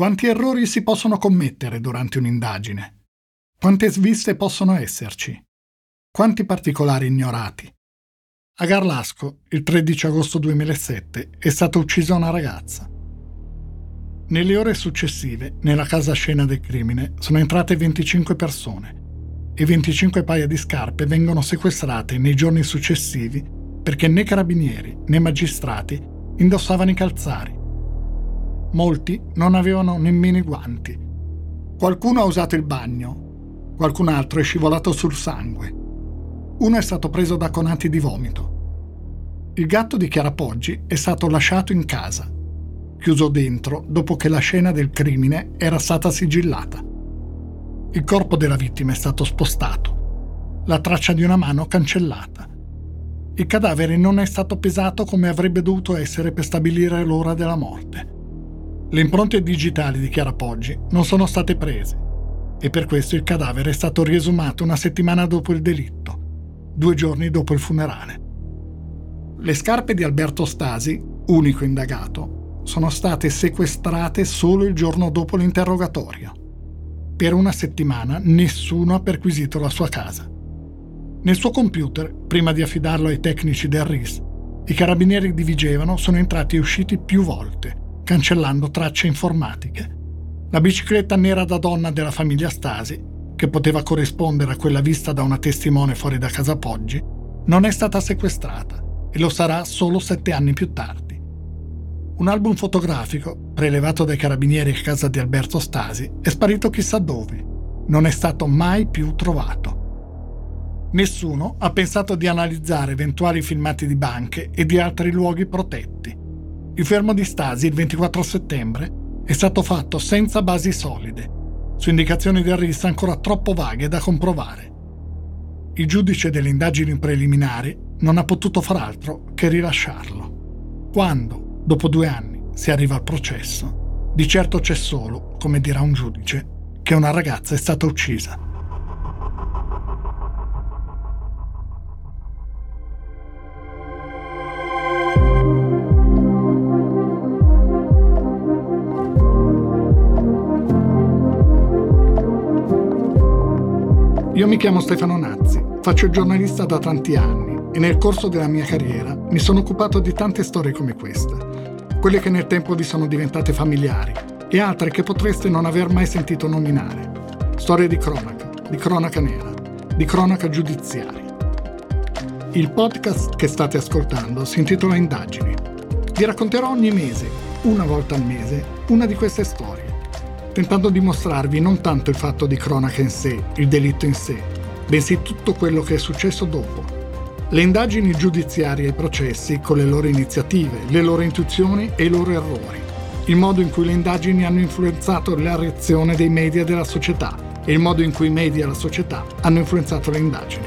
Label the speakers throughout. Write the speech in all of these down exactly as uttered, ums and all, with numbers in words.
Speaker 1: Quanti errori si possono commettere durante un'indagine? Quante sviste possono esserci? Quanti particolari ignorati? A Garlasco, il tredici agosto duemilasette, è stata uccisa una ragazza. Nelle ore successive, nella casa scena del crimine, sono entrate venticinque persone e venticinque paia di scarpe vengono sequestrate nei giorni successivi perché né carabinieri né magistrati indossavano i calzari. Molti non avevano nemmeno i guanti. Qualcuno ha usato il bagno, qualcun altro è scivolato sul sangue. Uno è stato preso da conati di vomito. Il gatto di Chiara Poggi è stato lasciato in casa, chiuso dentro dopo che la scena del crimine era stata sigillata. Il corpo della vittima è stato spostato, la traccia di una mano cancellata. Il cadavere non è stato pesato come avrebbe dovuto essere per stabilire l'ora della morte. Le impronte digitali di Chiara Poggi non sono state prese e per questo il cadavere è stato riesumato una settimana dopo il delitto, due giorni dopo il funerale. Le scarpe di Alberto Stasi, unico indagato, sono state sequestrate solo il giorno dopo l'interrogatorio. Per una settimana nessuno ha perquisito la sua casa. Nel suo computer, prima di affidarlo ai tecnici del R I S, i carabinieri di Vigevano sono entrati e usciti più volte, cancellando tracce informatiche. La bicicletta nera da donna della famiglia Stasi, che poteva corrispondere a quella vista da una testimone fuori da casa Poggi, non è stata sequestrata e lo sarà solo sette anni più tardi. Un album fotografico, prelevato dai carabinieri a casa di Alberto Stasi, è sparito chissà dove. Non è stato mai più trovato. Nessuno ha pensato di analizzare eventuali filmati di banche e di altri luoghi protetti. Il fermo di Stasi il ventiquattro settembre è stato fatto senza basi solide, su indicazioni del R I S ancora troppo vaghe da comprovare. Il giudice delle indagini preliminari non ha potuto far altro che rilasciarlo. Quando, dopo due anni, si arriva al processo, di certo c'è solo, come dirà un giudice, che una ragazza è stata uccisa. Io mi chiamo Stefano Nazzi, faccio il giornalista da tanti anni e nel corso della mia carriera mi sono occupato di tante storie come questa, quelle che nel tempo vi sono diventate familiari e altre che potreste non aver mai sentito nominare. Storie di cronaca, di cronaca nera, di cronaca giudiziaria. Il podcast che state ascoltando si intitola Indagini. Vi racconterò ogni mese, una volta al mese, una di queste storie, tentando di mostrarvi non tanto il fatto di cronaca in sé, il delitto in sé, bensì tutto quello che è successo dopo. Le indagini giudiziarie e i processi con le loro iniziative, le loro intuizioni e i loro errori, il modo in cui le indagini hanno influenzato la reazione dei media e della società e il modo in cui i media e la società hanno influenzato le indagini.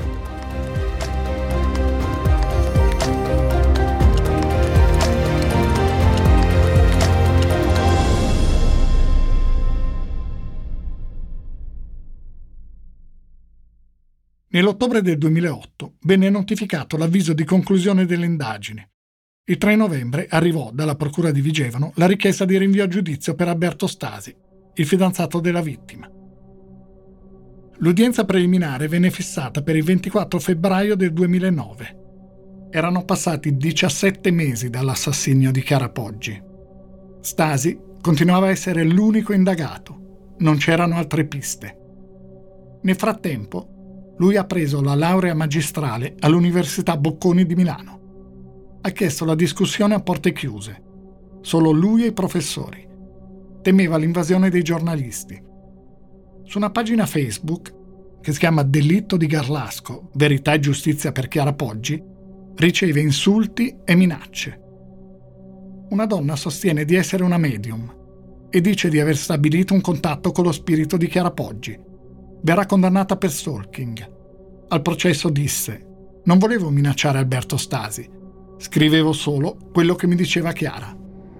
Speaker 1: Nell'ottobre del duemilaotto venne notificato l'avviso di conclusione delle indagini. Il tre novembre arrivò dalla Procura di Vigevano la richiesta di rinvio a giudizio per Alberto Stasi, il fidanzato della vittima. L'udienza preliminare venne fissata per il ventiquattro febbraio del duemilanove. Erano passati diciassette mesi dall'assassinio di Chiara Poggi. Stasi continuava a essere l'unico indagato, non c'erano altre piste. Nel frattempo, lui ha preso la laurea magistrale all'Università Bocconi di Milano. Ha chiesto la discussione a porte chiuse. Solo lui e i professori. Temeva l'invasione dei giornalisti. Su una pagina Facebook, che si chiama Delitto di Garlasco, Verità e Giustizia per Chiara Poggi, riceve insulti e minacce. Una donna sostiene di essere una medium e dice di aver stabilito un contatto con lo spirito di Chiara Poggi. Verrà condannata per stalking. Al processo disse: «Non volevo minacciare Alberto Stasi, scrivevo solo quello che mi diceva Chiara».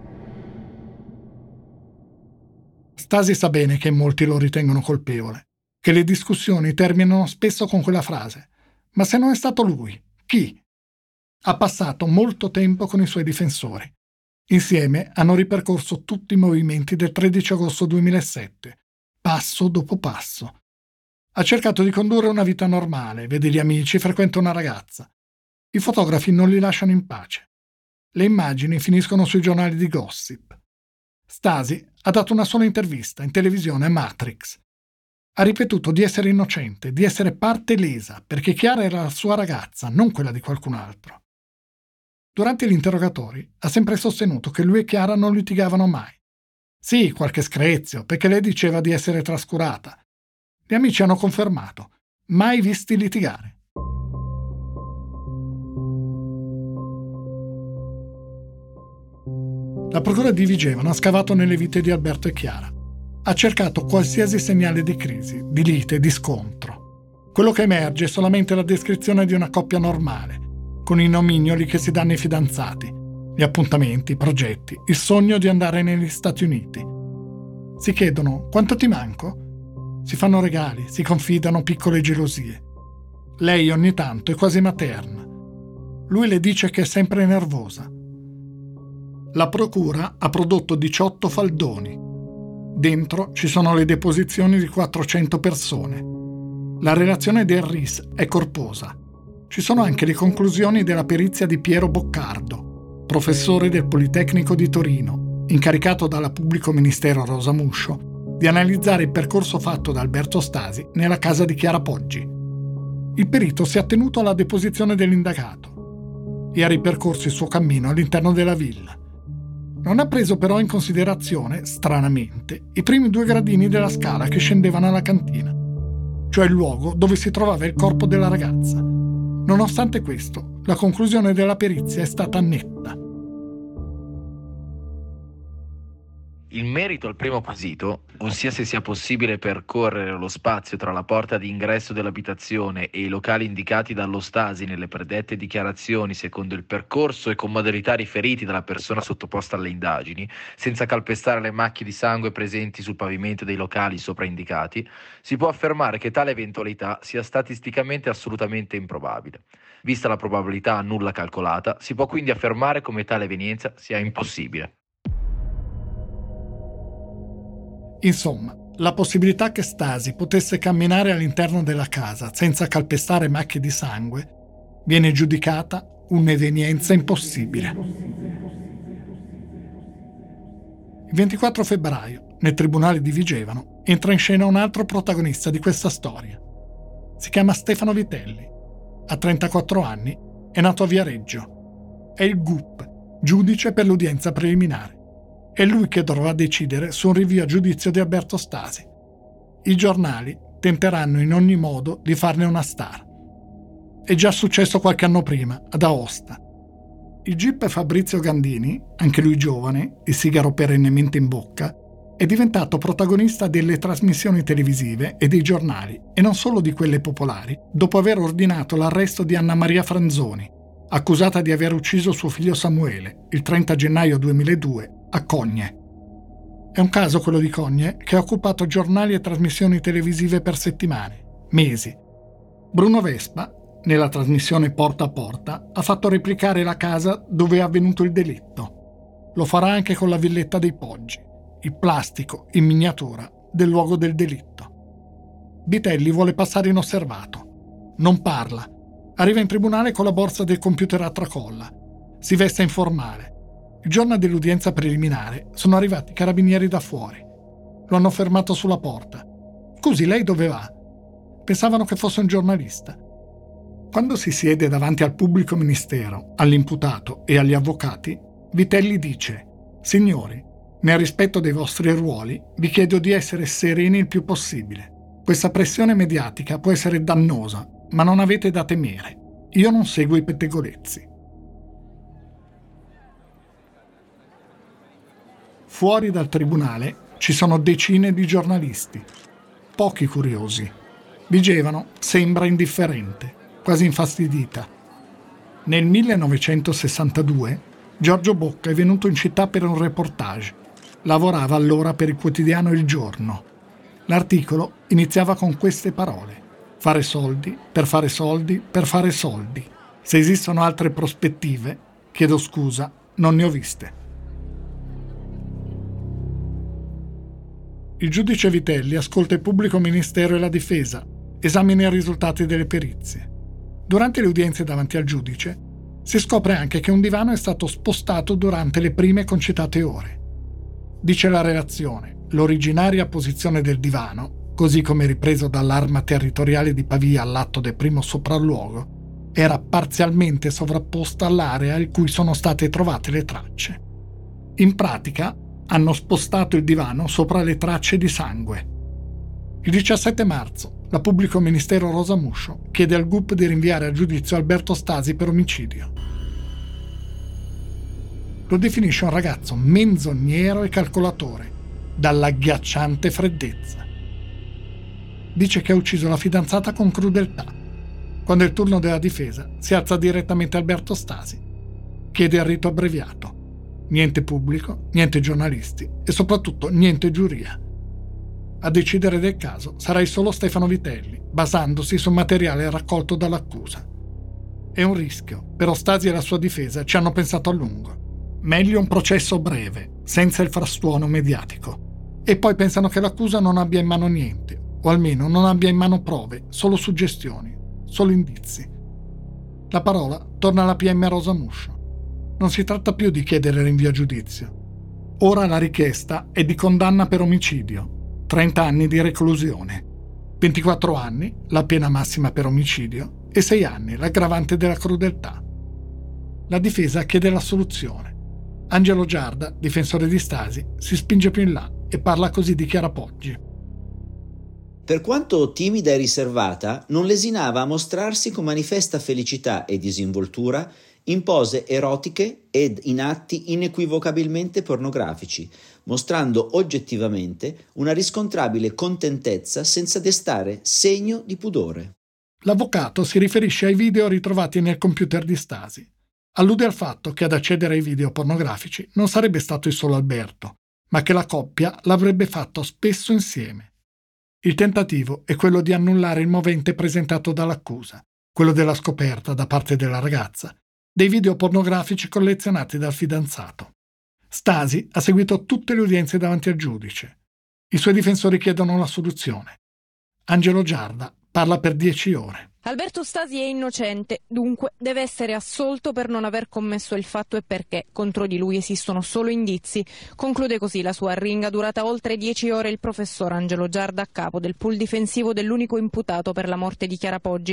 Speaker 1: Stasi sa bene che molti lo ritengono colpevole, che le discussioni terminano spesso con quella frase: «Ma se non è stato lui, chi?» Ha passato molto tempo con i suoi difensori. Insieme hanno ripercorso tutti i movimenti del tredici agosto duemilasette, passo dopo passo. Ha cercato di condurre una vita normale, vede gli amici, frequenta una ragazza. I fotografi non li lasciano in pace. Le immagini finiscono sui giornali di gossip. Stasi ha dato una sola intervista in televisione a Matrix. Ha ripetuto di essere innocente, di essere parte lesa, perché Chiara era la sua ragazza, non quella di qualcun altro. Durante gli interrogatori ha sempre sostenuto che lui e Chiara non litigavano mai. Sì, qualche screzio, perché lei diceva di essere trascurata. Gli amici hanno confermato, mai visti litigare. La procura di Vigevano ha scavato nelle vite di Alberto e Chiara. Ha cercato qualsiasi segnale di crisi, di lite, di scontro. Quello che emerge è solamente la descrizione di una coppia normale, con i nomignoli che si danno ai fidanzati, gli appuntamenti, i progetti, il sogno di andare negli Stati Uniti. Si chiedono quanto ti manco? Si fanno regali, si confidano piccole gelosie. Lei ogni tanto è quasi materna. Lui le dice che è sempre nervosa. La procura ha prodotto diciotto faldoni. Dentro ci sono le deposizioni di quattrocento persone. La relazione del R I S è corposa. Ci sono anche le conclusioni della perizia di Piero Boccardo, professore del Politecnico di Torino, incaricato dalla Pubblico Ministero Rosa Muscio di analizzare il percorso fatto da Alberto Stasi nella casa di Chiara Poggi. Il perito si è attenuto alla deposizione dell'indagato e ha ripercorso il suo cammino all'interno della villa. Non ha preso però in considerazione, stranamente, i primi due gradini della scala che scendevano alla cantina, cioè il luogo dove si trovava il corpo della ragazza. Nonostante questo, la conclusione della perizia è stata netta.
Speaker 2: In merito al primo quesito, ossia se sia possibile percorrere lo spazio tra la porta di ingresso dell'abitazione e i locali indicati dallo Stasi nelle predette dichiarazioni secondo il percorso e con modalità riferiti dalla persona sottoposta alle indagini, senza calpestare le macchie di sangue presenti sul pavimento dei locali sopra indicati, si può affermare che tale eventualità sia statisticamente assolutamente improbabile. Vista la probabilità a nulla calcolata, si può quindi affermare come tale evenienza sia impossibile.
Speaker 1: Insomma, la possibilità che Stasi potesse camminare all'interno della casa senza calpestare macchie di sangue viene giudicata un'evenienza impossibile. Il ventiquattro febbraio, nel tribunale di Vigevano, entra in scena un altro protagonista di questa storia. Si chiama Stefano Vitelli. Ha trentaquattro anni, è nato a Viareggio. È il G U P, giudice per l'udienza preliminare. È lui che dovrà decidere su un rinvio a giudizio di Alberto Stasi. I giornali tenteranno in ogni modo di farne una star. È già successo qualche anno prima, ad Aosta. Il gip Fabrizio Gandini, anche lui giovane, il sigaro perennemente in bocca, è diventato protagonista delle trasmissioni televisive e dei giornali, e non solo di quelle popolari, dopo aver ordinato l'arresto di Anna Maria Franzoni, accusata di aver ucciso suo figlio Samuele, il trenta gennaio duemiladue, a Cogne. È un caso, quello di Cogne, che ha occupato giornali e trasmissioni televisive per settimane, mesi. Bruno Vespa, nella trasmissione Porta a Porta, ha fatto replicare la casa dove è avvenuto il delitto. Lo farà anche con la villetta dei Poggi, il plastico in miniatura del luogo del delitto. Vitelli vuole passare inosservato. Non parla. Arriva in tribunale con la borsa del computer a tracolla. Si veste informale. Il giorno dell'udienza preliminare sono arrivati i carabinieri da fuori. Lo hanno fermato sulla porta. «Scusi, lei dove va?» Pensavano che fosse un giornalista. Quando si siede davanti al pubblico ministero, all'imputato e agli avvocati, Vitelli dice: «Signori, nel rispetto dei vostri ruoli, vi chiedo di essere sereni il più possibile. Questa pressione mediatica può essere dannosa, ma non avete da temere. Io non seguo i pettegolezzi». Fuori dal tribunale ci sono decine di giornalisti, pochi curiosi. Vigevano sembra indifferente, quasi infastidita. Nel millenovecentosessantadue Giorgio Bocca è venuto in città per un reportage. Lavorava allora per il quotidiano Il Giorno. L'articolo iniziava con queste parole: fare soldi, per fare soldi, per fare soldi. Se esistono altre prospettive, chiedo scusa, non ne ho viste. Il giudice Vitelli ascolta il pubblico ministero e la difesa, esamina i risultati delle perizie. Durante le udienze davanti al giudice si scopre anche che un divano è stato spostato durante le prime concitate ore. Dice la relazione, l'originaria posizione del divano, così come ripreso dall'arma territoriale di Pavia all'atto del primo sopralluogo, era parzialmente sovrapposta all'area in cui sono state trovate le tracce. In pratica, hanno spostato il divano sopra le tracce di sangue. Il diciassette marzo, la pubblico ministero Rosa Muscio chiede al G U P di rinviare a giudizio Alberto Stasi per omicidio. Lo definisce un ragazzo menzognero e calcolatore, dall'agghiacciante freddezza. Dice che ha ucciso la fidanzata con crudeltà. Quando è il turno della difesa, si alza direttamente Alberto Stasi. Chiede il rito abbreviato. Niente pubblico, niente giornalisti e soprattutto niente giuria. A decidere del caso sarà solo Stefano Vitelli, basandosi sul materiale raccolto dall'accusa. È un rischio, però Stasi e la sua difesa ci hanno pensato a lungo. Meglio un processo breve, senza il frastuono mediatico. E poi pensano che l'accusa non abbia in mano niente, o almeno non abbia in mano prove, solo suggestioni, solo indizi. La parola torna alla P M Rosa Muscio. Non si tratta più di chiedere rinvio a giudizio. Ora la richiesta è di condanna per omicidio, trenta anni di reclusione, ventiquattro anni, la pena massima per omicidio, e sei anni, l'aggravante della crudeltà. La difesa chiede l'assoluzione. Angelo Giarda, difensore di Stasi, si spinge più in là e parla così di Chiara Poggi.
Speaker 3: Per quanto timida e riservata, non lesinava a mostrarsi con manifesta felicità e disinvoltura in pose erotiche ed in atti inequivocabilmente pornografici, mostrando oggettivamente una riscontrabile contentezza senza destare segno di pudore.
Speaker 1: L'avvocato si riferisce ai video ritrovati nel computer di Stasi. Allude al fatto che ad accedere ai video pornografici non sarebbe stato il solo Alberto, ma che la coppia l'avrebbe fatto spesso insieme. Il tentativo è quello di annullare il movente presentato dall'accusa, quello della scoperta da parte della ragazza dei video pornografici collezionati dal fidanzato. Stasi ha seguito tutte le udienze davanti al giudice. I suoi difensori chiedono l'assoluzione. Angelo Giarda parla per dieci ore.
Speaker 4: Alberto Stasi è innocente, dunque deve essere assolto per non aver commesso il fatto e perché contro di lui esistono solo indizi. Conclude così la sua arringa durata oltre dieci ore il professor Angelo Giarda, a capo del pool difensivo dell'unico imputato per la morte di Chiara Poggi.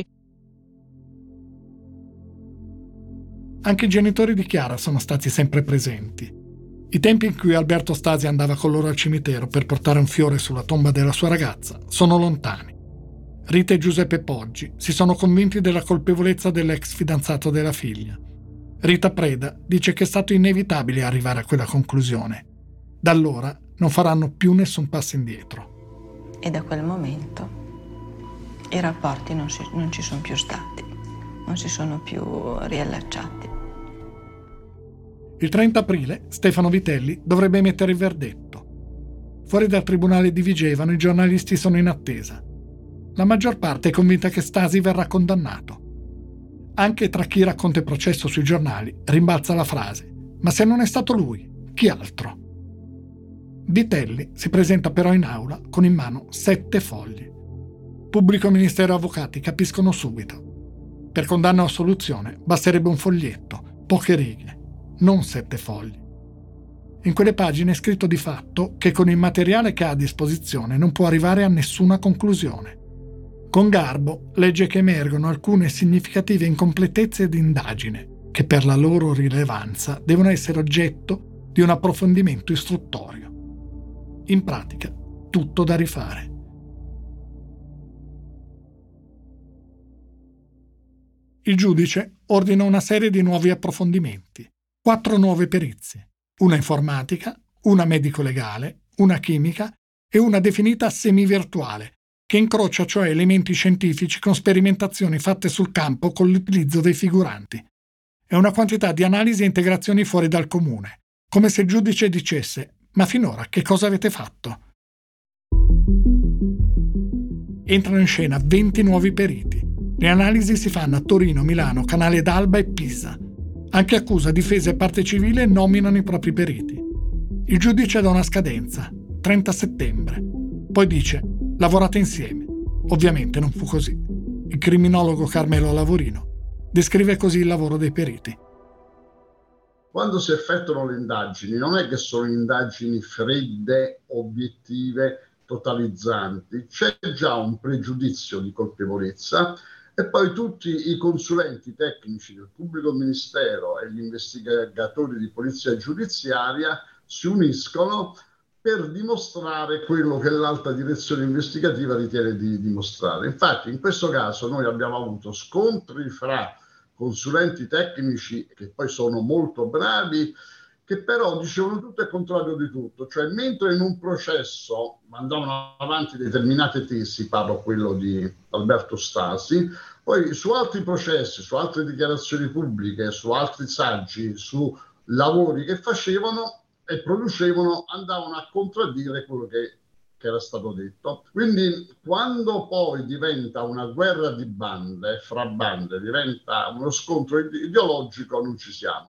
Speaker 1: Anche i genitori di Chiara sono stati sempre presenti. I tempi in cui Alberto Stasi andava con loro al cimitero per portare un fiore sulla tomba della sua ragazza sono lontani. Rita e Giuseppe Poggi si sono convinti della colpevolezza dell'ex fidanzato della figlia. Rita Preda dice che è stato inevitabile arrivare a quella conclusione. Da allora non faranno più nessun passo indietro.
Speaker 5: E da quel momento i rapporti non, si, non ci sono più stati, non si sono più riallacciati.
Speaker 1: Il trenta aprile Stefano Vitelli dovrebbe emettere il verdetto. Fuori dal tribunale di Vigevano i giornalisti sono in attesa. La maggior parte è convinta che Stasi verrà condannato. Anche tra chi racconta il processo sui giornali rimbalza la frase: ma se non è stato lui, chi altro? Vitelli si presenta però in aula con in mano sette fogli. Pubblico ministero e avvocati capiscono subito. Per condanna o assoluzione basterebbe un foglietto, poche righe, non sette fogli. In quelle pagine è scritto di fatto che con il materiale che ha a disposizione non può arrivare a nessuna conclusione. Con garbo legge che emergono alcune significative incompletezze d'indagine che per la loro rilevanza devono essere oggetto di un approfondimento istruttorio. In pratica, tutto da rifare. Il giudice ordina una serie di nuovi approfondimenti, quattro nuove perizie, una informatica, una medico-legale, una chimica e una definita semivirtuale, che incrocia cioè elementi scientifici con sperimentazioni fatte sul campo con l'utilizzo dei figuranti. È una quantità di analisi e integrazioni fuori dal comune, come se il giudice dicesse: ma finora che cosa avete fatto? Entrano in scena venti nuovi periti. Le analisi si fanno a Torino, Milano, Canale d'Alba e Pisa. Anche accusa, difesa e parte civile nominano i propri periti. Il giudice dà una scadenza, trenta settembre. Poi dice: lavorate insieme. Ovviamente non fu così. Il criminologo Carmelo Lavorino descrive così il lavoro dei periti.
Speaker 6: Quando si effettuano le indagini, non è che sono indagini fredde, obiettive, totalizzanti. C'è già un pregiudizio di colpevolezza e poi tutti i consulenti tecnici del pubblico ministero e gli investigatori di polizia giudiziaria si uniscono per dimostrare quello che l'alta direzione investigativa ritiene di dimostrare. Infatti in questo caso noi abbiamo avuto scontri fra consulenti tecnici che poi sono molto bravi, che però dicevano tutto e contrario di tutto, cioè mentre in un processo mandavano avanti determinate tesi, parlo quello di Alberto Stasi, poi su altri processi, su altre dichiarazioni pubbliche, su altri saggi, su lavori che facevano e producevano, andavano a contraddire quello che che era stato detto. Quindi quando poi diventa una guerra di bande, fra bande, diventa uno scontro ideologico, non ci siamo.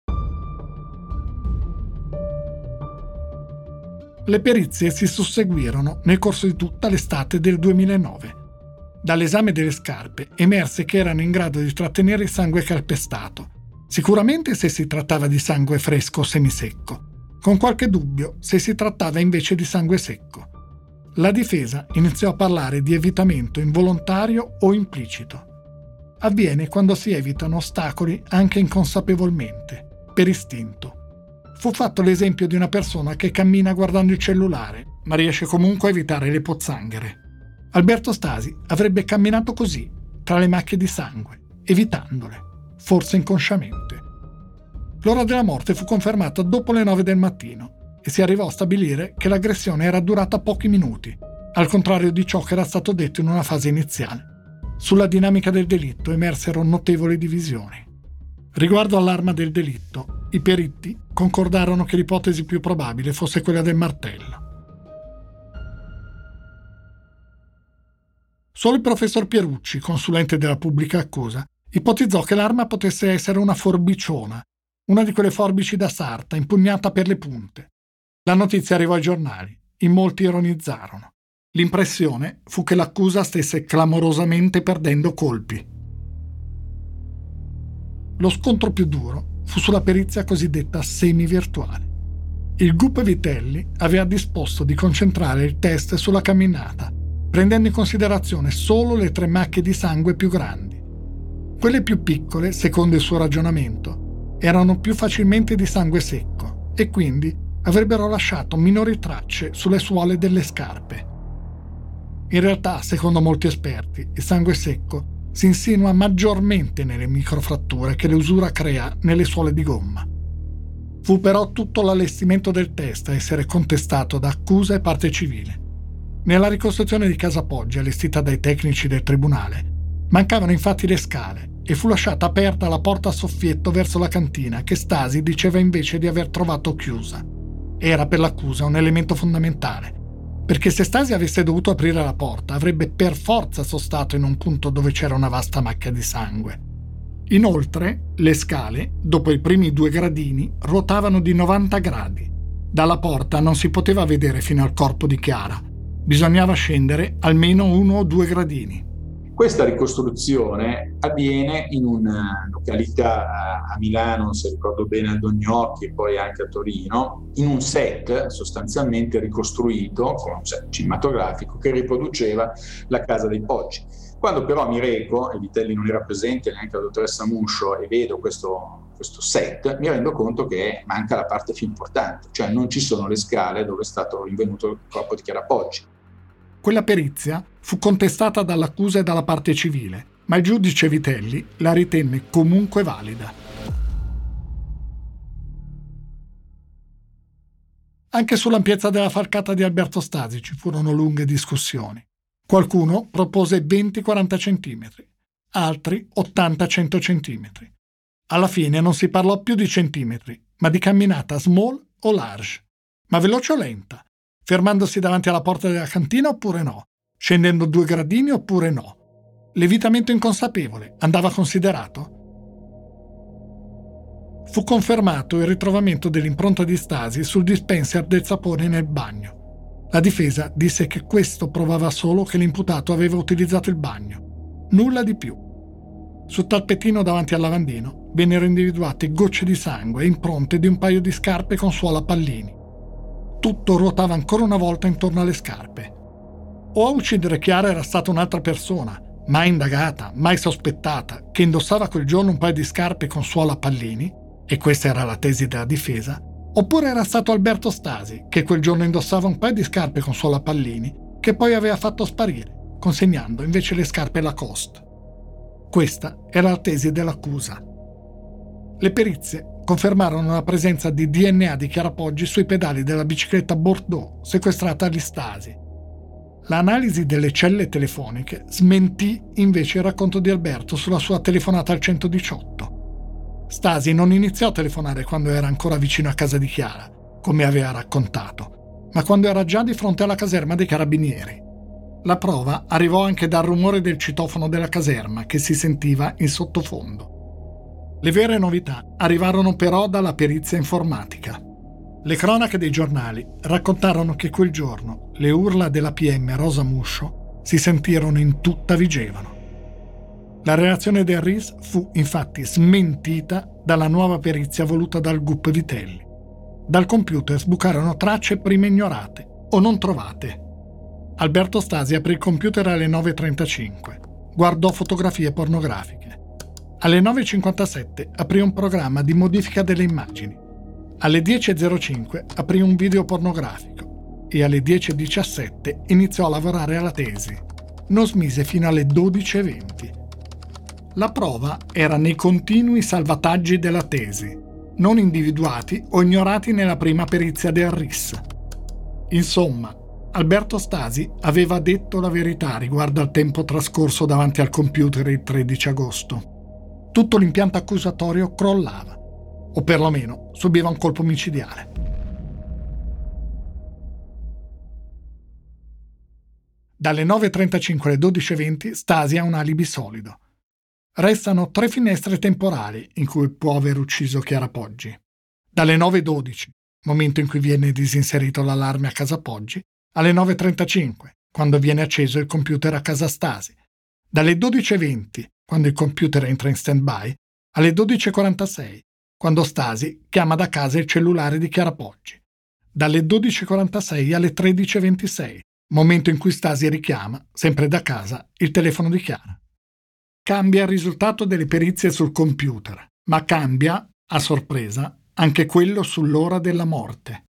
Speaker 1: Le perizie si susseguirono nel corso di tutta l'estate del duemilanove. Dall'esame delle scarpe emerse che erano in grado di trattenere il sangue calpestato, sicuramente se si trattava di sangue fresco o semisecco, con qualche dubbio se si trattava invece di sangue secco. La difesa iniziò a parlare di evitamento involontario o implicito. Avviene quando si evitano ostacoli anche inconsapevolmente, per istinto. Fu fatto l'esempio di una persona che cammina guardando il cellulare, ma riesce comunque a evitare le pozzanghere. Alberto Stasi avrebbe camminato così, tra le macchie di sangue, evitandole, forse inconsciamente. L'ora della morte fu confermata dopo le nove del mattino e si arrivò a stabilire che l'aggressione era durata pochi minuti, al contrario di ciò che era stato detto in una fase iniziale. Sulla dinamica del delitto emersero notevoli divisioni. Riguardo all'arma del delitto, i periti concordarono che l'ipotesi più probabile fosse quella del martello. Solo il professor Pierucci, consulente della pubblica accusa, ipotizzò che l'arma potesse essere una forbiciona, una di quelle forbici da sarta, impugnata per le punte. La notizia arrivò ai giornali, in molti ironizzarono. L'impressione fu che l'accusa stesse clamorosamente perdendo colpi. Lo scontro più duro fu sulla perizia cosiddetta semi-virtuale. Il G U P Vitelli aveva disposto di concentrare il test sulla camminata, prendendo in considerazione solo le tre macchie di sangue più grandi. Quelle più piccole, secondo il suo ragionamento, erano più facilmente di sangue secco e quindi avrebbero lasciato minori tracce sulle suole delle scarpe. In realtà, secondo molti esperti, il sangue secco si insinua maggiormente nelle microfratture che l'usura crea nelle suole di gomma. Fu però tutto l'allestimento del test a essere contestato da accusa e parte civile. Nella ricostruzione di Casa Poggi, allestita dai tecnici del tribunale, mancavano infatti le scale e fu lasciata aperta la porta a soffietto verso la cantina che Stasi diceva invece di aver trovato chiusa. Era per l'accusa un elemento fondamentale, perché se Stasi avesse dovuto aprire la porta avrebbe per forza sostato in un punto dove c'era una vasta macchia di sangue. Inoltre, le scale, dopo i primi due gradini, ruotavano di novanta gradi. Dalla porta non si poteva vedere fino al corpo di Chiara. Bisognava scendere almeno uno o due gradini.
Speaker 7: Questa ricostruzione avviene in una località a Milano, se ricordo bene, a Dognocchi e poi anche a Torino, in un set sostanzialmente ricostruito, con un set cinematografico, che riproduceva la casa dei Poggi. Quando però mi reco, e Vitelli non era presente, neanche la dottoressa Muscio, e vedo questo, questo set, mi rendo conto che manca la parte più importante, cioè non ci sono le scale dove è stato rinvenuto il corpo di Chiara Poggi.
Speaker 1: Quella perizia fu contestata dall'accusa e dalla parte civile, ma il giudice Vitelli la ritenne comunque valida. Anche sull'ampiezza della falcata di Alberto Stasi ci furono lunghe discussioni. Qualcuno propose venti quaranta centimetri, altri ottanta cento centimetri. Alla fine non si parlò più di centimetri, ma di camminata small o large. Ma veloce o lenta? Fermandosi davanti alla porta della cantina oppure no? Scendendo due gradini oppure no? L'evitamento inconsapevole andava considerato? Fu confermato il ritrovamento dell'impronta di Stasi sul dispenser del sapone nel bagno. La difesa disse che questo provava solo che l'imputato aveva utilizzato il bagno, nulla di più. Sul tappetino davanti al lavandino vennero individuate gocce di sangue e impronte di un paio di scarpe con suola a pallini. Tutto ruotava ancora una volta intorno alle scarpe. O a uccidere Chiara era stata un'altra persona, mai indagata, mai sospettata, che indossava quel giorno un paio di scarpe con suola a pallini, e questa era la tesi della difesa, oppure era stato Alberto Stasi, che quel giorno indossava un paio di scarpe con suola a pallini, che poi aveva fatto sparire, consegnando invece le scarpe Lacoste. Questa era la tesi dell'accusa. Le perizie confermarono la presenza di D N A di Chiara Poggi sui pedali della bicicletta Bordeaux sequestrata agli Stasi. L'analisi delle celle telefoniche smentì invece il racconto di Alberto sulla sua telefonata al centodiciotto. Stasi non iniziò a telefonare quando era ancora vicino a casa di Chiara, come aveva raccontato, ma quando era già di fronte alla caserma dei carabinieri. La prova arrivò anche dal rumore del citofono della caserma che si sentiva in sottofondo. Le vere novità arrivarono però dalla perizia informatica. Le cronache dei giornali raccontarono che quel giorno le urla della P M Rosa Muscio si sentirono in tutta Vigevano. La relazione del R I S fu infatti smentita dalla nuova perizia voluta dal G U P Vitelli. Dal computer sbucarono tracce prima ignorate o non trovate. Alberto Stasi aprì il computer alle nove e trentacinque. Guardò fotografie pornografiche. Alle nove e cinquantasette aprì un programma di modifica delle immagini. Alle dieci e zero cinque aprì un video pornografico e alle dieci e diciassette iniziò a lavorare alla tesi. Non smise fino alle dodici e venti. La prova era nei continui salvataggi della tesi, non individuati o ignorati nella prima perizia del R I S. Insomma, Alberto Stasi aveva detto la verità riguardo al tempo trascorso davanti al computer il tredici agosto. Tutto l'impianto accusatorio crollava, o perlomeno subiva un colpo micidiale. Dalle nove e trentacinque alle dodici e venti Stasi ha un alibi solido. Restano tre finestre temporali in cui può aver ucciso Chiara Poggi. Dalle nove e dodici, momento in cui viene disinserito l'allarme a casa Poggi, alle nove e trentacinque, quando viene acceso il computer a casa Stasi. Dalle dodici e venti, quando il computer entra in stand-by, alle dodici e quarantasei, quando Stasi chiama da casa il cellulare di Chiara Poggi. Dalle dodici e quarantasei alle tredici e ventisei, momento in cui Stasi richiama, sempre da casa, il telefono di Chiara. Cambia il risultato delle perizie sul computer, ma cambia, a sorpresa, anche quello sull'ora della morte.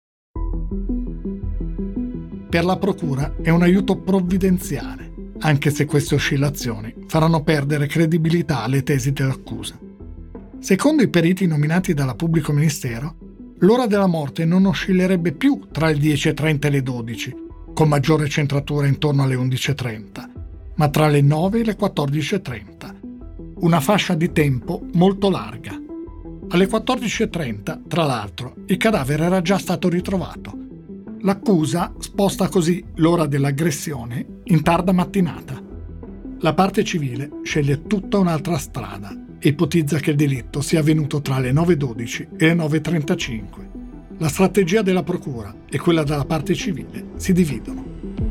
Speaker 1: Per la procura è un aiuto provvidenziale, anche se queste oscillazioni faranno perdere credibilità alle tesi dell'accusa. Secondo i periti nominati dalla pubblico ministero, l'ora della morte non oscillerebbe più tra le dieci e trenta e le dodici, con maggiore centratura intorno alle undici e trenta, ma tra le nove e le quattordici e trenta. Una fascia di tempo molto larga. Alle quattordici e trenta, tra l'altro, il cadavere era già stato ritrovato. L'accusa sposta così l'ora dell'aggressione in tarda mattinata. La parte civile sceglie tutta un'altra strada e ipotizza che il delitto sia avvenuto tra le nove e dodici e le nove e trentacinque. La strategia della procura e quella della parte civile si dividono.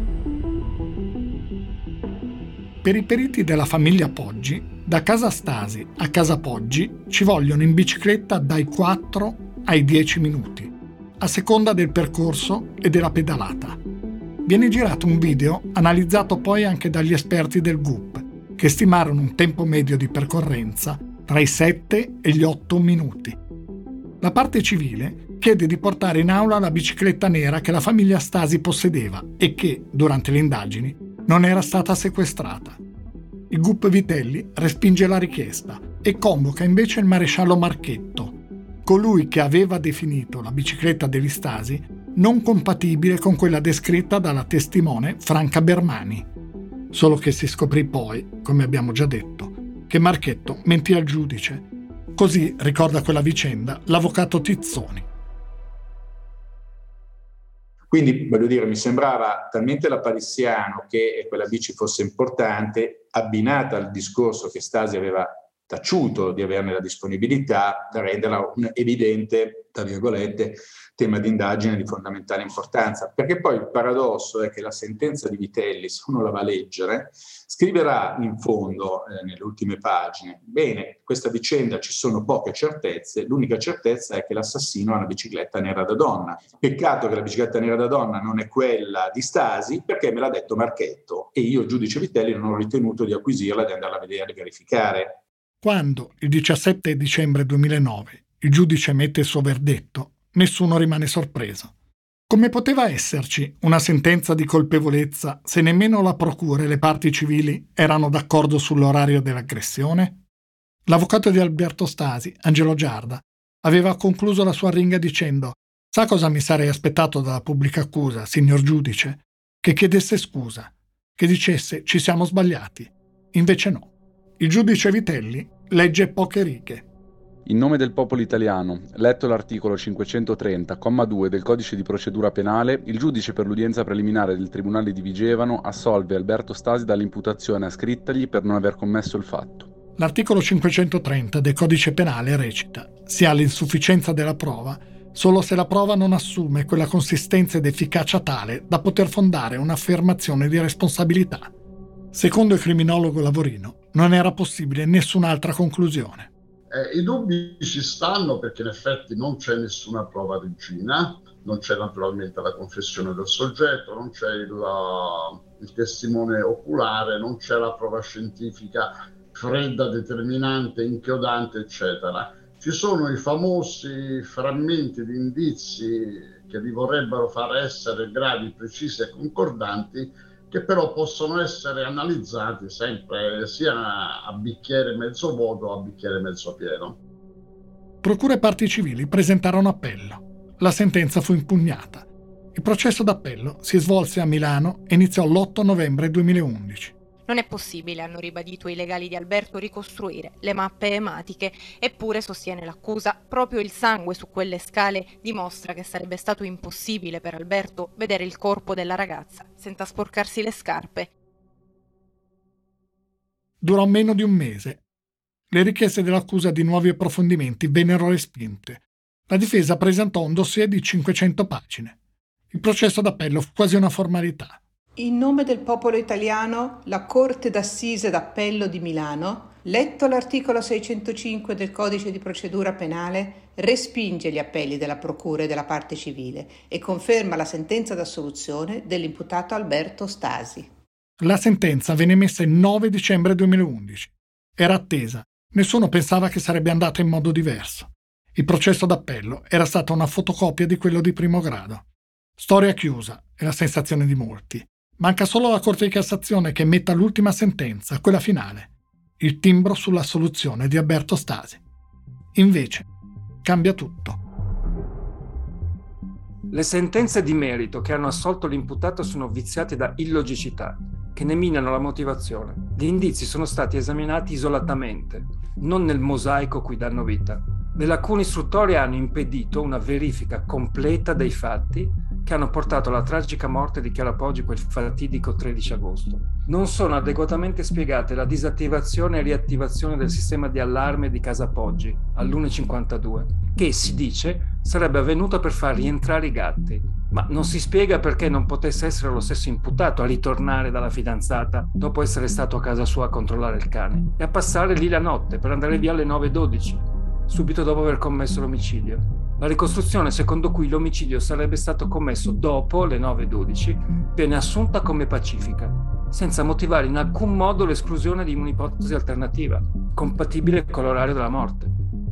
Speaker 1: Per i periti della famiglia Poggi, da casa Stasi a casa Poggi ci vogliono in bicicletta dai quattro ai dieci minuti, a seconda del percorso e della pedalata. Viene girato un video analizzato poi anche dagli esperti del G U P, che stimarono un tempo medio di percorrenza tra i sette e gli otto minuti. La parte civile chiede di portare in aula la bicicletta nera che la famiglia Stasi possedeva e che, durante le indagini, non era stata sequestrata. Il G U P Vitelli respinge la richiesta e convoca invece il maresciallo Marchetto, colui che aveva definito la bicicletta degli Stasi non compatibile con quella descritta dalla testimone Franca Bermani. Solo che si scoprì poi, come abbiamo già detto, che Marchetto mentì al giudice. Così ricorda quella vicenda l'avvocato Tizzoni.
Speaker 7: Quindi, voglio dire, mi sembrava talmente lapalissiano che quella bici fosse importante, abbinata al discorso che Stasi aveva taciuto di averne la disponibilità, da renderla un evidente, tra virgolette, tema di indagine di fondamentale importanza, perché poi il paradosso è che la sentenza di Vitelli, se uno la va a leggere, scriverà in fondo, eh, nelle ultime pagine, bene, questa vicenda ci sono poche certezze, l'unica certezza è che l'assassino ha una bicicletta nera da donna. Peccato che la bicicletta nera da donna non è quella di Stasi, perché me l'ha detto Marchetto e io, giudice Vitelli, non ho ritenuto di acquisirla e di andarla a vedere e verificare.
Speaker 1: Quando, il diciassette dicembre duemilanove, il giudice emette il suo verdetto, nessuno rimane sorpreso. Come poteva esserci una sentenza di colpevolezza se nemmeno la procura e le parti civili erano d'accordo sull'orario dell'aggressione? L'avvocato di Alberto Stasi, Angelo Giarda, aveva concluso la sua arringa dicendo: «Sa cosa mi sarei aspettato dalla pubblica accusa, signor giudice? Che chiedesse scusa, che dicesse ci siamo sbagliati». Invece no. Il giudice Vitelli legge poche righe.
Speaker 8: In nome del popolo italiano, letto l'articolo cinquecentotrenta, comma due del Codice di procedura penale, il giudice per l'udienza preliminare del Tribunale di Vigevano assolve Alberto Stasi dall'imputazione ascrittagli per non aver commesso il fatto.
Speaker 1: L'articolo cinquecentotrenta del Codice penale recita: si ha l'insufficienza della prova solo se la prova non assume quella consistenza ed efficacia tale da poter fondare un'affermazione di responsabilità. Secondo il criminologo Lavorino, non era possibile nessun'altra conclusione.
Speaker 6: Eh, I dubbi ci stanno perché in effetti non c'è nessuna prova regina, non c'è naturalmente la confessione del soggetto, non c'è il, il testimone oculare, non c'è la prova scientifica fredda, determinante, inchiodante, eccetera. Ci sono i famosi frammenti di indizi che li vorrebbero far essere gravi, precisi e concordanti, che però possono essere analizzati sempre sia a bicchiere mezzo vuoto o a bicchiere mezzo pieno.
Speaker 1: Procura e parti civili presentarono appello. La sentenza fu impugnata. Il processo d'appello si svolse a Milano e iniziò l'otto novembre duemilaundici.
Speaker 4: Non è possibile, hanno ribadito i legali di Alberto, ricostruire le mappe ematiche, eppure, sostiene l'accusa, proprio il sangue su quelle scale dimostra che sarebbe stato impossibile per Alberto vedere il corpo della ragazza senza sporcarsi le scarpe.
Speaker 1: Durò meno di un mese. Le richieste dell'accusa di nuovi approfondimenti vennero respinte. La difesa presentò un dossier di cinquecento pagine. Il processo d'appello fu quasi una formalità.
Speaker 9: In nome del popolo italiano, la Corte d'Assise d'Appello di Milano, letto l'articolo seicentocinque del Codice di procedura penale, respinge gli appelli della Procura e della parte civile e conferma la sentenza d'assoluzione dell'imputato Alberto Stasi.
Speaker 1: La sentenza venne emessa il nove dicembre duemilaundici. Era attesa. Nessuno pensava che sarebbe andata in modo diverso. Il processo d'appello era stata una fotocopia di quello di primo grado. Storia chiusa, è la sensazione di molti. Manca solo la Corte di Cassazione che emetta l'ultima sentenza, quella finale, il timbro sull'assoluzione di Alberto Stasi. Invece, cambia tutto.
Speaker 10: Le sentenze di merito che hanno assolto l'imputato sono viziate da illogicità, che ne minano la motivazione. Gli indizi sono stati esaminati isolatamente, non nel mosaico cui danno vita. Le lacune istruttorie hanno impedito una verifica completa dei fatti che hanno portato alla tragica morte di Chiara Poggi quel fatidico tredici agosto. Non sono adeguatamente spiegate la disattivazione e riattivazione del sistema di allarme di Casa Poggi all'uno e cinquantadue, che si dice sarebbe avvenuta per far rientrare i gatti, ma non si spiega perché non potesse essere lo stesso imputato a ritornare dalla fidanzata dopo essere stato a casa sua a controllare il cane e a passare lì la notte per andare via alle nove e dodici, subito dopo aver commesso l'omicidio. La ricostruzione secondo cui l'omicidio sarebbe stato commesso dopo le nove e dodici viene assunta come pacifica, senza motivare in alcun modo l'esclusione di un'ipotesi alternativa, compatibile con l'orario della morte.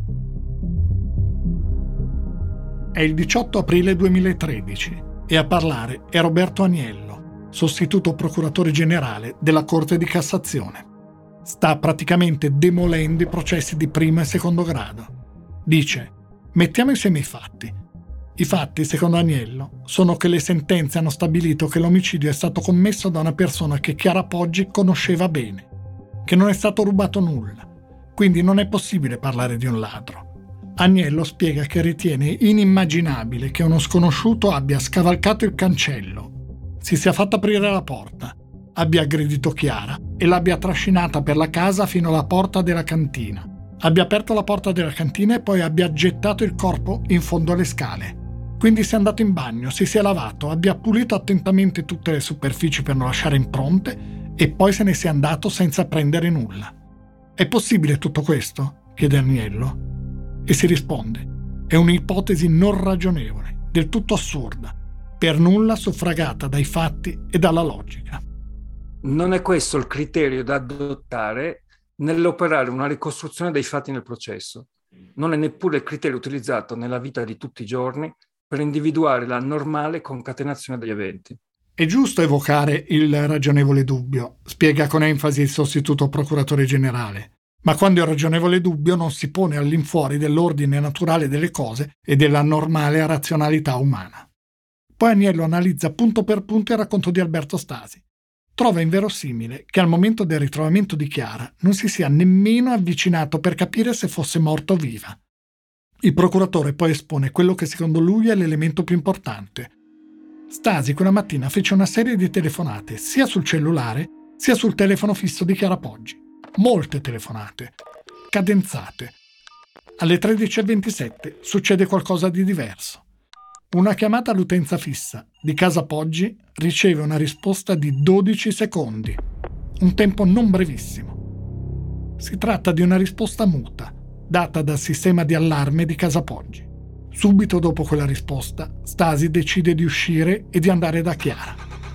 Speaker 1: È il diciotto aprile duemilatredici e a parlare è Roberto Agnello, sostituto procuratore generale della Corte di Cassazione. Sta praticamente demolendo i processi di primo e secondo grado. Dice: mettiamo insieme i fatti. I fatti, secondo Agnello, sono che le sentenze hanno stabilito che l'omicidio è stato commesso da una persona che Chiara Poggi conosceva bene, che non è stato rubato nulla, quindi non è possibile parlare di un ladro. Agnello spiega che ritiene inimmaginabile che uno sconosciuto abbia scavalcato il cancello, si sia fatto aprire la porta, abbia aggredito Chiara e l'abbia trascinata per la casa fino alla porta della cantina, abbia aperto la porta della cantina e poi abbia gettato il corpo in fondo alle scale. Quindi sia andato in bagno, si sia lavato, abbia pulito attentamente tutte le superfici per non lasciare impronte e poi se ne sia andato senza prendere nulla. È possibile tutto questo? Chiede Agnello. E si risponde: è un'ipotesi non ragionevole, del tutto assurda, per nulla suffragata dai fatti e dalla logica.
Speaker 10: Non è questo il criterio da adottare nell'operare una ricostruzione dei fatti nel processo. Non è neppure il criterio utilizzato nella vita di tutti i giorni per individuare la normale concatenazione degli eventi.
Speaker 1: È giusto evocare il ragionevole dubbio, spiega con enfasi il sostituto procuratore generale, ma quando il ragionevole dubbio non si pone all'infuori dell'ordine naturale delle cose e della normale razionalità umana. Poi Agnello analizza punto per punto il racconto di Alberto Stasi. Trova inverosimile che al momento del ritrovamento di Chiara non si sia nemmeno avvicinato per capire se fosse morta o viva. Il procuratore poi espone quello che secondo lui è l'elemento più importante. Stasi quella mattina fece una serie di telefonate sia sul cellulare sia sul telefono fisso di Chiara Poggi. Molte telefonate, cadenzate. Alle tredici e ventisette succede qualcosa di diverso. Una chiamata all'utenza fissa di Casa Poggi riceve una risposta di dodici secondi, un tempo non brevissimo. Si tratta di una risposta muta, data dal sistema di allarme di Casa Poggi. Subito dopo quella risposta, Stasi decide di uscire e di andare da Chiara.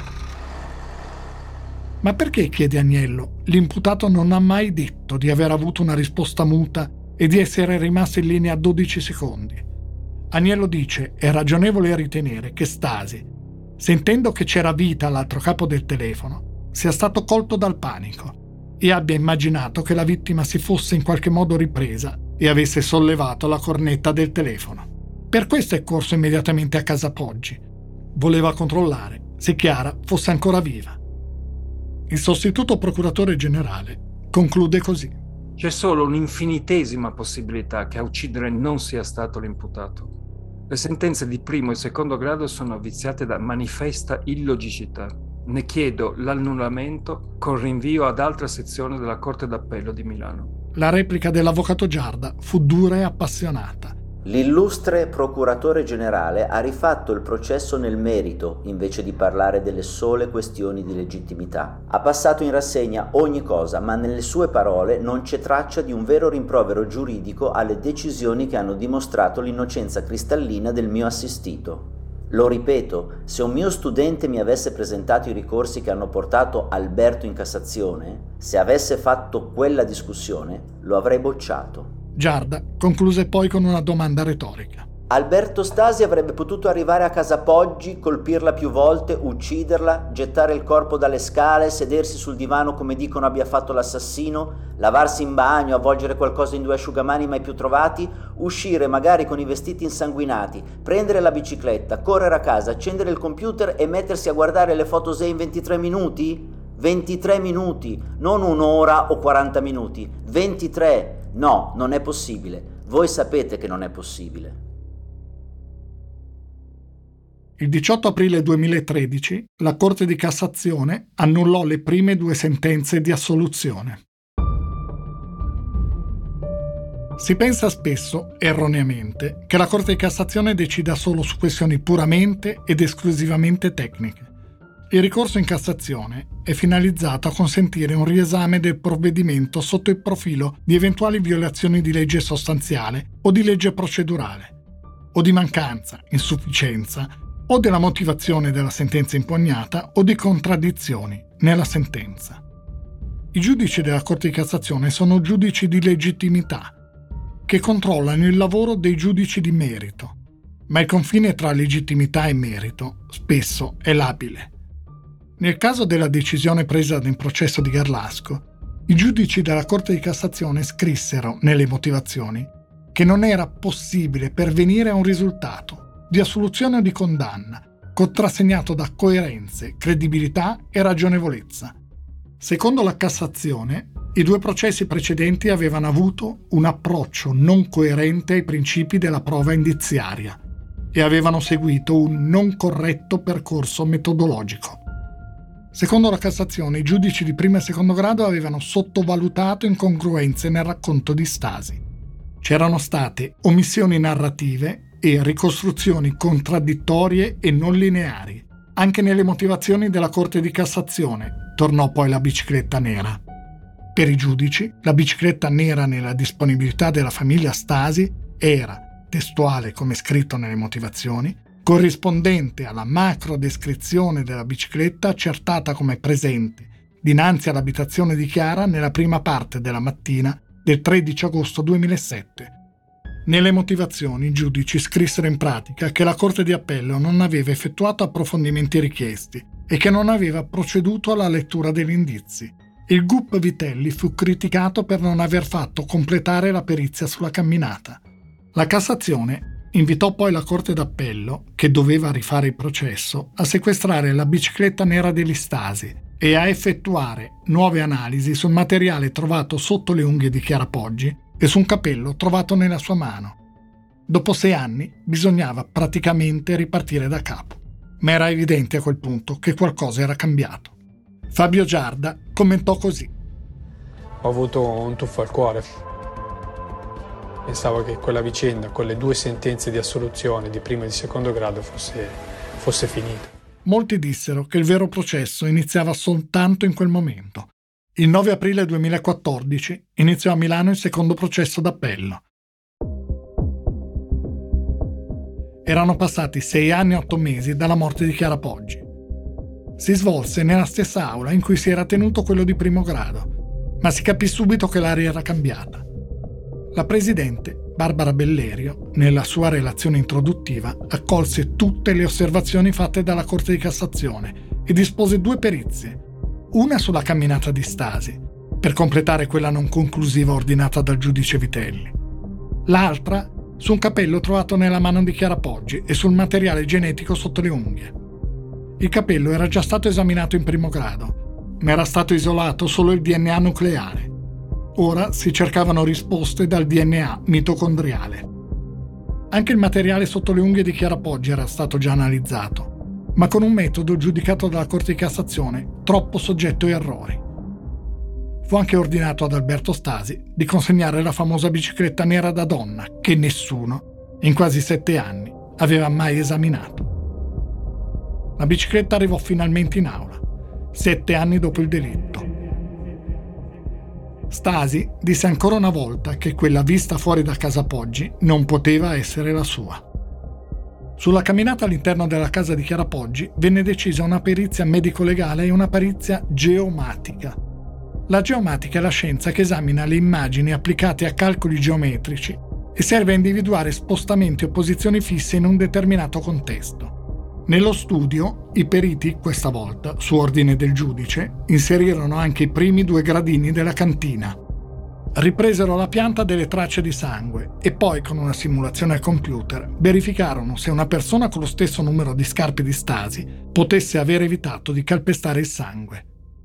Speaker 1: Ma perché, chiede Agnello, l'imputato non ha mai detto di aver avuto una risposta muta e di essere rimasto in linea a dodici secondi? Agnello dice: è ragionevole ritenere che Stasi, sentendo che c'era vita all'altro capo del telefono, sia stato colto dal panico e abbia immaginato che la vittima si fosse in qualche modo ripresa e avesse sollevato la cornetta del telefono. Per questo è corso immediatamente a Casa Poggi. Voleva controllare se Chiara fosse ancora viva. Il sostituto procuratore generale conclude così:
Speaker 10: c'è solo un'infinitesima possibilità che a uccidere non sia stato l'imputato. Le sentenze di primo e secondo grado sono viziate da manifesta illogicità. Ne chiedo l'annullamento con rinvio ad altra sezione della Corte d'Appello di Milano.
Speaker 1: La replica dell'avvocato Giarda fu dura e appassionata.
Speaker 3: L'illustre procuratore generale ha rifatto il processo nel merito, invece di parlare delle sole questioni di legittimità. Ha passato in rassegna ogni cosa, ma nelle sue parole non c'è traccia di un vero rimprovero giuridico alle decisioni che hanno dimostrato l'innocenza cristallina del mio assistito. Lo ripeto, se un mio studente mi avesse presentato i ricorsi che hanno portato Alberto in Cassazione, se avesse fatto quella discussione, lo avrei bocciato.
Speaker 1: Giarda concluse poi con una domanda retorica.
Speaker 3: Alberto Stasi avrebbe potuto arrivare a Casa Poggi, colpirla più volte, ucciderla, gettare il corpo dalle scale, sedersi sul divano come dicono abbia fatto l'assassino, lavarsi in bagno, avvolgere qualcosa in due asciugamani mai più trovati, uscire magari con i vestiti insanguinati, prendere la bicicletta, correre a casa, accendere il computer e mettersi a guardare le foto S E in ventitré minuti? ventitré minuti, non un'ora o quaranta minuti, ventitré. No, non è possibile. Voi sapete che non è possibile.
Speaker 1: Il diciotto aprile duemilatredici la Corte di Cassazione annullò le prime due sentenze di assoluzione. Si pensa spesso, erroneamente, che la Corte di Cassazione decida solo su questioni puramente ed esclusivamente tecniche. Il ricorso in Cassazione è finalizzato a consentire un riesame del provvedimento sotto il profilo di eventuali violazioni di legge sostanziale o di legge procedurale, o di mancanza, insufficienza, o della motivazione della sentenza impugnata o di contraddizioni nella sentenza. I giudici della Corte di Cassazione sono giudici di legittimità, che controllano il lavoro dei giudici di merito, ma il confine tra legittimità e merito spesso è labile. Nel caso della decisione presa nel processo di Garlasco, i giudici della Corte di Cassazione scrissero nelle motivazioni che non era possibile pervenire a un risultato di assoluzione o di condanna contrassegnato da coerenze, credibilità e ragionevolezza. Secondo la Cassazione, i due processi precedenti avevano avuto un approccio non coerente ai principi della prova indiziaria e avevano seguito un non corretto percorso metodologico. Secondo la Cassazione, i giudici di primo e secondo grado avevano sottovalutato incongruenze nel racconto di Stasi. C'erano state omissioni narrative e ricostruzioni contraddittorie e non lineari. Anche nelle motivazioni della Corte di Cassazione tornò poi la bicicletta nera. Per i giudici, la bicicletta nera nella disponibilità della famiglia Stasi era, testuale come scritto nelle motivazioni, corrispondente alla macro descrizione della bicicletta accertata come presente dinanzi all'abitazione di Chiara nella prima parte della mattina del tredici agosto duemilasette. Nelle motivazioni i giudici scrissero in pratica che la Corte di Appello non aveva effettuato approfondimenti richiesti e che non aveva proceduto alla lettura degli indizi. Il G U P Vitelli fu criticato per non aver fatto completare la perizia sulla camminata. La Cassazione invitò poi la Corte d'Appello, che doveva rifare il processo, a sequestrare la bicicletta nera degli Stasi e a effettuare nuove analisi sul materiale trovato sotto le unghie di Chiara Poggi e su un capello trovato nella sua mano. Dopo sei anni bisognava praticamente ripartire da capo, ma era evidente a quel punto che qualcosa era cambiato. Fabio Giarda commentò così.
Speaker 11: Ho avuto un tuffo al cuore. Pensavo che quella vicenda, con le due sentenze di assoluzione di primo e di secondo grado, fosse, fosse finita.
Speaker 1: Molti dissero che il vero processo iniziava soltanto in quel momento. Il nove aprile duemilaquattordici iniziò a Milano il secondo processo d'appello. Erano passati sei anni e otto mesi dalla morte di Chiara Poggi. Si svolse nella stessa aula in cui si era tenuto quello di primo grado, ma si capì subito che l'aria era cambiata. La presidente, Barbara Bellerio, nella sua relazione introduttiva, accolse tutte le osservazioni fatte dalla Corte di Cassazione e dispose due perizie, una sulla camminata di Stasi, per completare quella non conclusiva ordinata dal giudice Vitelli, l'altra su un capello trovato nella mano di Chiara Poggi e sul materiale genetico sotto le unghie. Il capello era già stato esaminato in primo grado, ma era stato isolato solo il D N A nucleare. Ora si cercavano risposte dal D N A mitocondriale. Anche il materiale sotto le unghie di Chiara Poggi era stato già analizzato, ma con un metodo giudicato dalla Corte di Cassazione troppo soggetto a errori. Fu anche ordinato ad Alberto Stasi di consegnare la famosa bicicletta nera da donna che nessuno, in quasi sette anni, aveva mai esaminato. La bicicletta arrivò finalmente in aula, sette anni dopo il delitto. Stasi disse ancora una volta che quella vista fuori da casa Poggi non poteva essere la sua. Sulla camminata all'interno della casa di Chiara Poggi venne decisa una perizia medico-legale e una perizia geomatica. La geomatica è la scienza che esamina le immagini applicate a calcoli geometrici e serve a individuare spostamenti o posizioni fisse in un determinato contesto. Nello studio, i periti, questa volta, su ordine del giudice, inserirono anche i primi due gradini della cantina. Ripresero la pianta delle tracce di sangue e poi, con una simulazione al computer, verificarono se una persona con lo stesso numero di scarpe di Stasi potesse aver evitato di calpestare il sangue.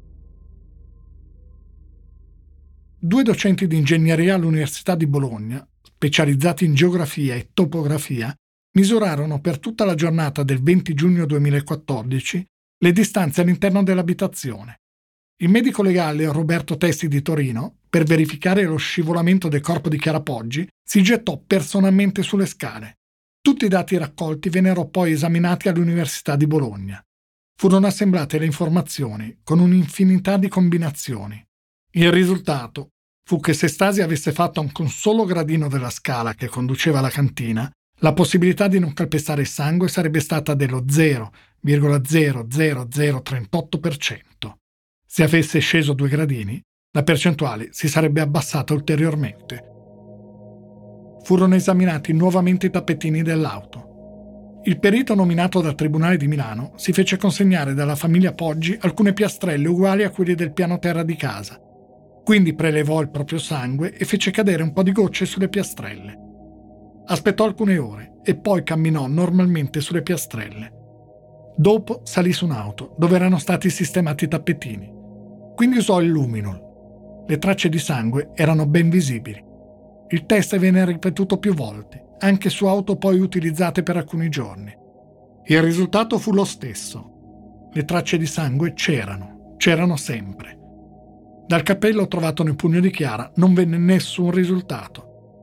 Speaker 1: Due docenti di ingegneria all'Università di Bologna, specializzati in geografia e topografia, misurarono per tutta la giornata del venti giugno duemilaquattordici le distanze all'interno dell'abitazione. Il medico legale Roberto Testi di Torino, per verificare lo scivolamento del corpo di Chiara Poggi, si gettò personalmente sulle scale. Tutti i dati raccolti vennero poi esaminati all'Università di Bologna. Furono assemblate le informazioni con un'infinità di combinazioni. Il risultato fu che se Stasi avesse fatto anche un solo gradino della scala che conduceva alla cantina, la possibilità di non calpestare il sangue sarebbe stata dello zero virgola zero zero zero trentotto per cento. Se avesse sceso due gradini, la percentuale si sarebbe abbassata ulteriormente. Furono esaminati nuovamente i tappetini dell'auto. Il perito nominato dal Tribunale di Milano si fece consegnare dalla famiglia Poggi alcune piastrelle uguali a quelle del piano terra di casa. Quindi prelevò il proprio sangue e fece cadere un po' di gocce sulle piastrelle. Aspettò alcune ore e poi camminò normalmente sulle piastrelle. Dopo salì su un'auto dove erano stati sistemati i tappetini. Quindi usò il luminol. Le tracce di sangue erano ben visibili. Il test venne ripetuto più volte, anche su auto poi utilizzate per alcuni giorni. Il risultato fu lo stesso. Le tracce di sangue c'erano, c'erano sempre. Dal capello trovato nel pugno di Chiara non venne nessun risultato.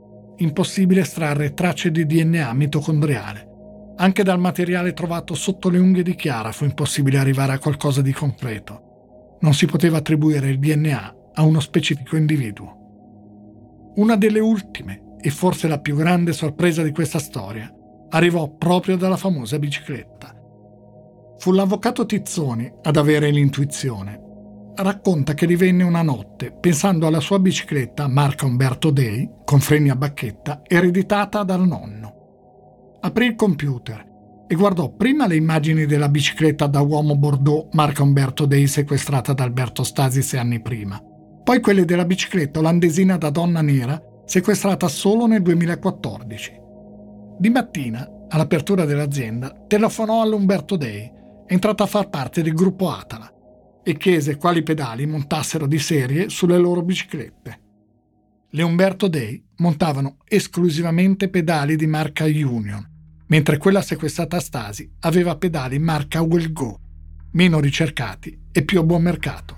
Speaker 1: impossibile estrarre tracce di D N A mitocondriale. Anche dal materiale trovato sotto le unghie di Chiara fu impossibile arrivare a qualcosa di concreto. Non si poteva attribuire il D N A a uno specifico individuo. Una delle ultime, e forse la più grande sorpresa di questa storia, arrivò proprio dalla famosa bicicletta. Fu l'avvocato Tizzoni ad avere l'intuizione. Racconta che divenne una notte pensando alla sua bicicletta marca Umberto Dei, con freni a bacchetta, ereditata dal nonno. Aprì il computer e guardò prima le immagini della bicicletta da uomo Bordeaux marca Umberto Dei sequestrata da Alberto Stasi sei anni prima, poi quelle della bicicletta olandesina da donna nera sequestrata solo nel duemilaquattordici. Di mattina, all'apertura dell'azienda, telefonò all'Umberto Dei, entrato a far parte del gruppo Atala, e chiese quali pedali montassero di serie sulle loro biciclette. Le Umberto Dei montavano esclusivamente pedali di marca Union, mentre quella sequestrata a Stasi aveva pedali marca Well Go, meno ricercati e più a buon mercato.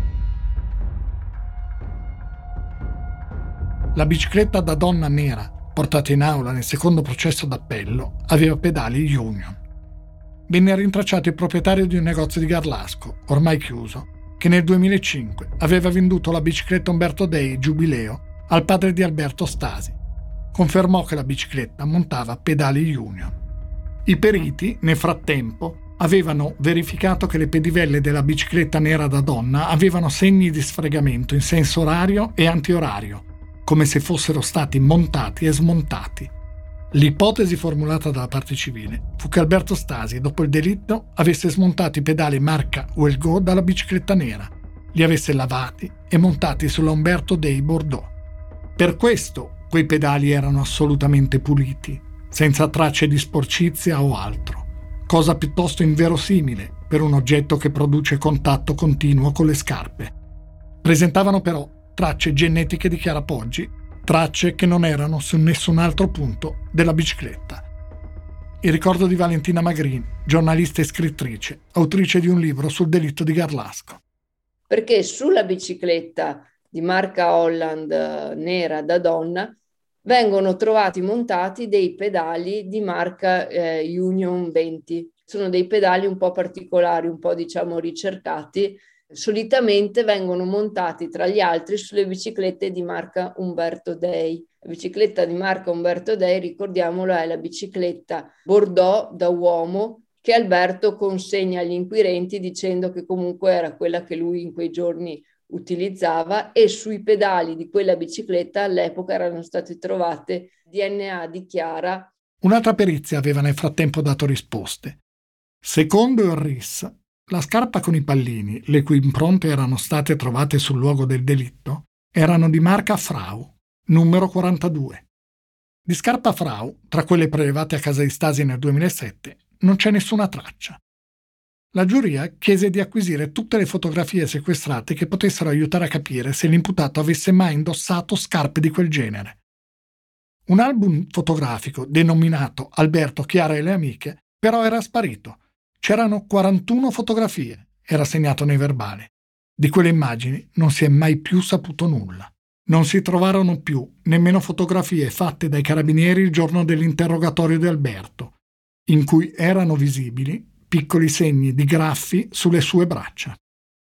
Speaker 1: La bicicletta da donna nera, portata in aula nel secondo processo d'appello, aveva pedali Union. Venne rintracciato il proprietario di un negozio di Garlasco, ormai chiuso, che nel duemilacinque aveva venduto la bicicletta Umberto Dei Giubileo al padre di Alberto Stasi. Confermò che la bicicletta montava pedali Union. I periti, nel frattempo, avevano verificato che le pedivelle della bicicletta nera da donna avevano segni di sfregamento in senso orario e antiorario, come se fossero stati montati e smontati. L'ipotesi formulata dalla parte civile fu che Alberto Stasi, dopo il delitto, avesse smontato i pedali marca Well Go dalla bicicletta nera, li avesse lavati e montati sulla Umberto Dei Bordeaux. Per questo quei pedali erano assolutamente puliti, senza tracce di sporcizia o altro, cosa piuttosto inverosimile per un oggetto che produce contatto continuo con le scarpe. Presentavano però tracce genetiche di Chiara Poggi, tracce che non erano su nessun altro punto della bicicletta. Il ricordo di Valentina Magrini, giornalista e scrittrice, autrice di un libro sul delitto di Garlasco.
Speaker 12: Perché sulla bicicletta di marca Holland nera da donna vengono trovati montati dei pedali di marca eh, Union venti. Sono dei pedali un po' particolari, un po' diciamo ricercati. Solitamente vengono montati tra gli altri sulle biciclette di marca Umberto Dei. La bicicletta di marca Umberto Dei, ricordiamolo, è la bicicletta Bordeaux da uomo che Alberto consegna agli inquirenti dicendo che comunque era quella che lui in quei giorni utilizzava, e sui pedali di quella bicicletta all'epoca erano state trovate D N A di Chiara.
Speaker 1: Un'altra perizia aveva nel frattempo dato risposte. Secondo il R I S, la scarpa con i pallini, le cui impronte erano state trovate sul luogo del delitto, erano di marca Frau, numero quarantadue. Di scarpa Frau, tra quelle prelevate a casa di Stasi nel duemilasette, non c'è nessuna traccia. La giuria chiese di acquisire tutte le fotografie sequestrate che potessero aiutare a capire se l'imputato avesse mai indossato scarpe di quel genere. Un album fotografico denominato Alberto, Chiara e le amiche però era sparito. C'erano quarantuno fotografie, era segnato nei verbali. Di quelle immagini non si è mai più saputo nulla. Non si trovarono più nemmeno fotografie fatte dai carabinieri il giorno dell'interrogatorio di Alberto, in cui erano visibili piccoli segni di graffi sulle sue braccia.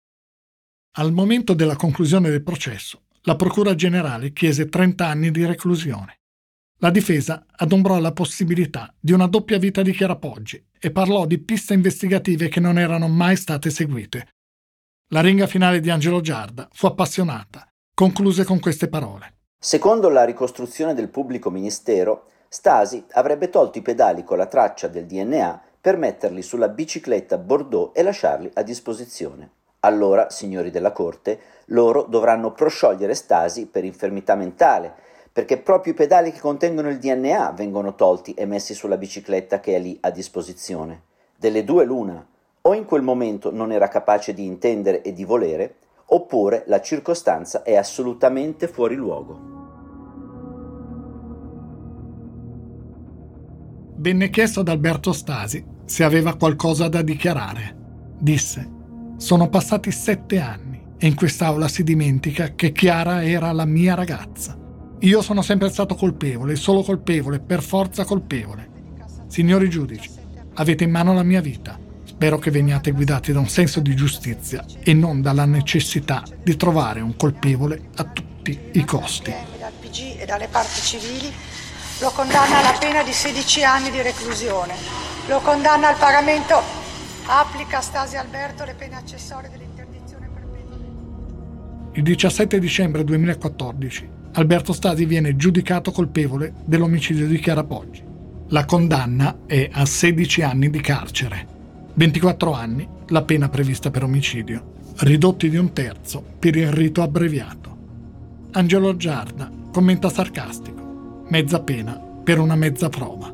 Speaker 1: Al momento della conclusione del processo, la Procura Generale chiese trenta anni di reclusione. La difesa adombrò la possibilità di una doppia vita di Chiara Poggi e parlò di piste investigative che non erano mai state seguite. La ringa finale di Angelo Giarda fu appassionata. Concluse con queste parole.
Speaker 3: Secondo la ricostruzione del pubblico ministero, Stasi avrebbe tolto i pedali con la traccia del D N A per metterli sulla bicicletta Bordeaux e lasciarli a disposizione. Allora, signori della Corte, loro dovranno prosciogliere Stasi per infermità mentale, perché proprio i pedali che contengono il D N A vengono tolti e messi sulla bicicletta che è lì a disposizione. Delle due l'una, o in quel momento non era capace di intendere e di volere, oppure la circostanza è assolutamente fuori luogo.
Speaker 1: Venne chiesto ad Alberto Stasi se aveva qualcosa da dichiarare. Disse: «Sono passati sette anni e in quest'aula si dimentica che Chiara era la mia ragazza. Io sono sempre stato colpevole, solo colpevole, per forza colpevole. Signori giudici, avete in mano la mia vita. Spero che veniate guidati da un senso di giustizia e non dalla necessità di trovare un colpevole a tutti i costi.
Speaker 13: Dal P G e dalle parti civili lo condanna alla pena di sedici anni di reclusione. Lo condanna al pagamento. Applica a Stasi Alberto le pene accessorie dell'interdizione perpetua.
Speaker 1: Il diciassette dicembre duemilaquattordici Alberto Stasi viene giudicato colpevole dell'omicidio di Chiara Poggi. La condanna è a sedici anni di carcere, ventiquattro anni la pena prevista per omicidio, ridotti di un terzo per il rito abbreviato. Angelo Giarda commenta sarcastico: mezza pena per una mezza prova.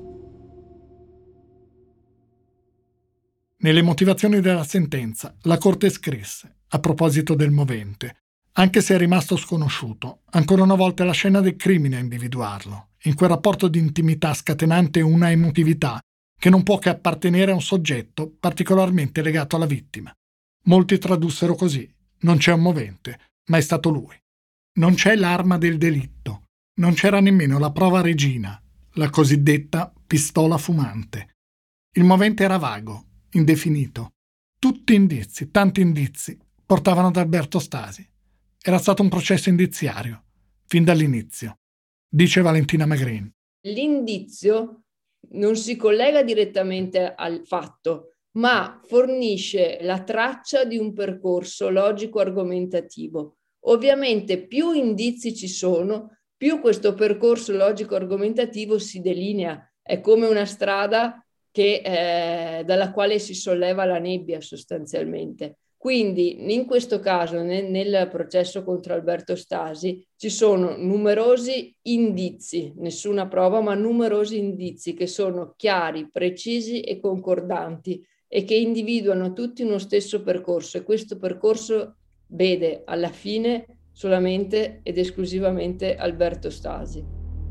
Speaker 1: Nelle motivazioni della sentenza, la Corte scrisse, a proposito del movente: anche se è rimasto sconosciuto, ancora una volta è la scena del crimine a individuarlo, in quel rapporto di intimità scatenante una emotività che non può che appartenere a un soggetto particolarmente legato alla vittima. Molti tradussero così: non c'è un movente, ma è stato lui. Non c'è l'arma del delitto, non c'era nemmeno la prova regina, la cosiddetta pistola fumante. Il movente era vago, indefinito. Tutti indizi, tanti indizi, portavano ad Alberto Stasi. Era stato un processo indiziario, fin dall'inizio, dice Valentina Magrin.
Speaker 12: L'indizio non si collega direttamente al fatto, ma fornisce la traccia di un percorso logico-argomentativo. Ovviamente più indizi ci sono, più questo percorso logico-argomentativo si delinea. È come una strada che, eh, dalla quale si solleva la nebbia sostanzialmente. Quindi in questo caso nel, nel processo contro Alberto Stasi ci sono numerosi indizi, nessuna prova, ma numerosi indizi che sono chiari, precisi e concordanti e che individuano tutti uno stesso percorso, e questo percorso vede alla fine solamente ed esclusivamente Alberto Stasi.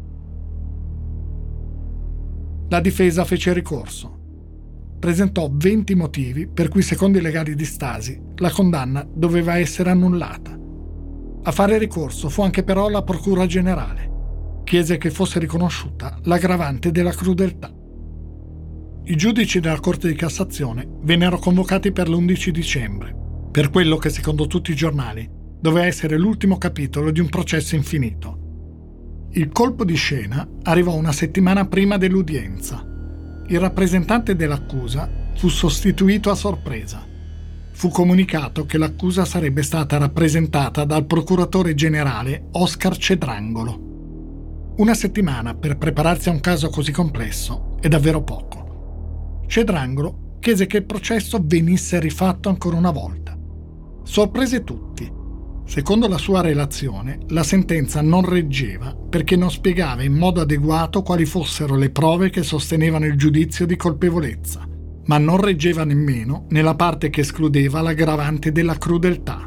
Speaker 1: La difesa fece ricorso. Presentò venti motivi per cui, secondo i legali di Stasi, la condanna doveva essere annullata. A fare ricorso fu anche però la Procura Generale. Chiese che fosse riconosciuta l'aggravante della crudeltà. I giudici della Corte di Cassazione vennero convocati per l'undici dicembre, per quello che, secondo tutti i giornali, doveva essere l'ultimo capitolo di un processo infinito. Il colpo di scena arrivò una settimana prima dell'udienza. Il rappresentante dell'accusa fu sostituito a sorpresa. Fu comunicato che l'accusa sarebbe stata rappresentata dal procuratore generale Oscar Cedrangolo. Una settimana per prepararsi a un caso così complesso è davvero poco. Cedrangolo chiese che il processo venisse rifatto ancora una volta. Sorprese tutti. Secondo la sua relazione, la sentenza non reggeva perché non spiegava in modo adeguato quali fossero le prove che sostenevano il giudizio di colpevolezza, ma non reggeva nemmeno nella parte che escludeva l'aggravante della crudeltà.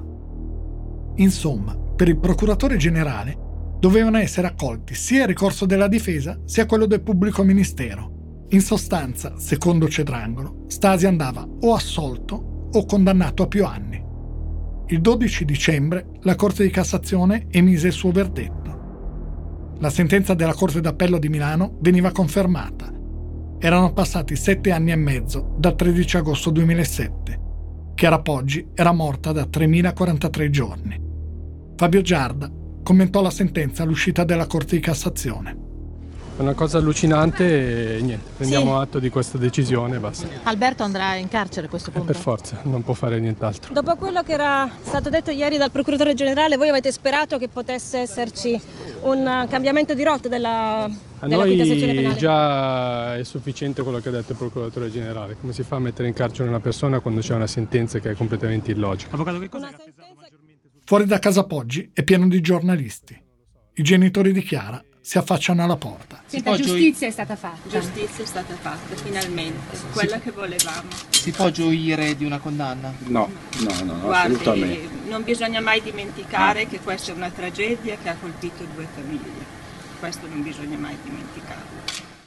Speaker 1: Insomma, per il procuratore generale dovevano essere accolti sia il ricorso della difesa sia quello del pubblico ministero. In sostanza, secondo Cedrangolo, Stasi andava o assolto o condannato a più anni. Il dodici dicembre la Corte di Cassazione emise il suo verdetto. La sentenza della Corte d'Appello di Milano veniva confermata. Erano passati sette anni e mezzo dal tredici agosto duemilasette. Chiara Poggi era morta da tremilaquarantatré giorni. Fabio Giarda commentò la sentenza all'uscita della Corte di Cassazione.
Speaker 11: È una cosa allucinante e niente, prendiamo
Speaker 14: sì.
Speaker 11: atto di questa decisione e basta.
Speaker 14: Alberto andrà in carcere a questo punto?
Speaker 11: Eh, per forza, non può fare nient'altro.
Speaker 14: Dopo quello che era stato detto ieri dal procuratore generale, voi avete sperato che potesse esserci un cambiamento di rotta della,
Speaker 11: a
Speaker 14: della quinta sezione
Speaker 11: noi
Speaker 14: penale?
Speaker 11: Già è sufficiente quello che ha detto il procuratore generale. Come si fa a mettere in carcere una persona quando c'è una sentenza che è completamente illogica?
Speaker 15: Avvocato, che cosa
Speaker 1: Fuori da casa Poggi è pieno di giornalisti. I genitori di Chiara si affacciano alla porta.
Speaker 16: Senta, giustizia è stata fatta.
Speaker 17: Giustizia è stata fatta, finalmente, quella che volevamo.
Speaker 15: Si può gioire di una condanna?
Speaker 18: No, no, no, no
Speaker 17: Guardi,
Speaker 18: assolutamente.
Speaker 17: non bisogna mai dimenticare ah. che questa è una tragedia che ha colpito due famiglie. Questo non bisogna mai dimenticarlo.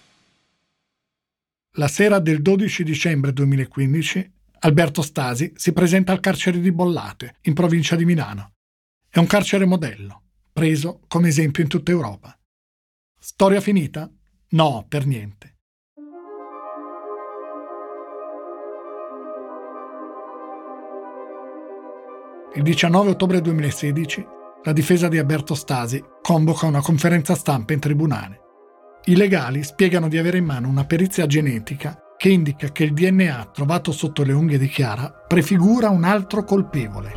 Speaker 1: La sera del dodici dicembre duemilaquindici, Alberto Stasi si presenta al carcere di Bollate, in provincia di Milano. È un carcere modello, preso come esempio in tutta Europa. Storia finita? No, per niente. Il diciannove ottobre duemilasedici la difesa di Alberto Stasi convoca una conferenza stampa in tribunale. I legali spiegano di avere in mano una perizia genetica che indica che il D N A trovato sotto le unghie di Chiara prefigura un altro colpevole.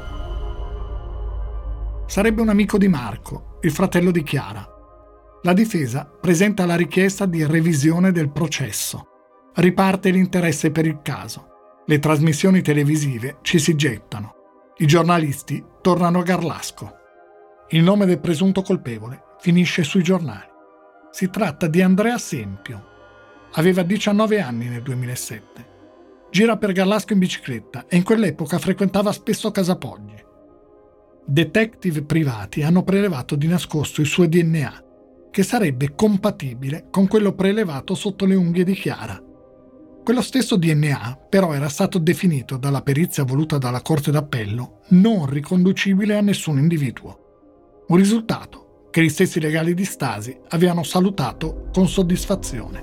Speaker 1: Sarebbe un amico di Marco, il fratello di Chiara. La difesa presenta la richiesta di revisione del processo. Riparte l'interesse per il caso. Le trasmissioni televisive ci si gettano. I giornalisti tornano a Garlasco. Il nome del presunto colpevole finisce sui giornali. Si tratta di Andrea Sempio. Aveva diciannove anni nel duemilasette. Gira per Garlasco in bicicletta e in quell'epoca frequentava spesso Casa Poggi. Detective privati hanno prelevato di nascosto il suo D N A, che sarebbe compatibile con quello prelevato sotto le unghie di Chiara. Quello stesso D N A però era stato definito dalla perizia voluta dalla Corte d'Appello non riconducibile a nessun individuo. Un risultato che gli stessi legali di Stasi avevano salutato con soddisfazione.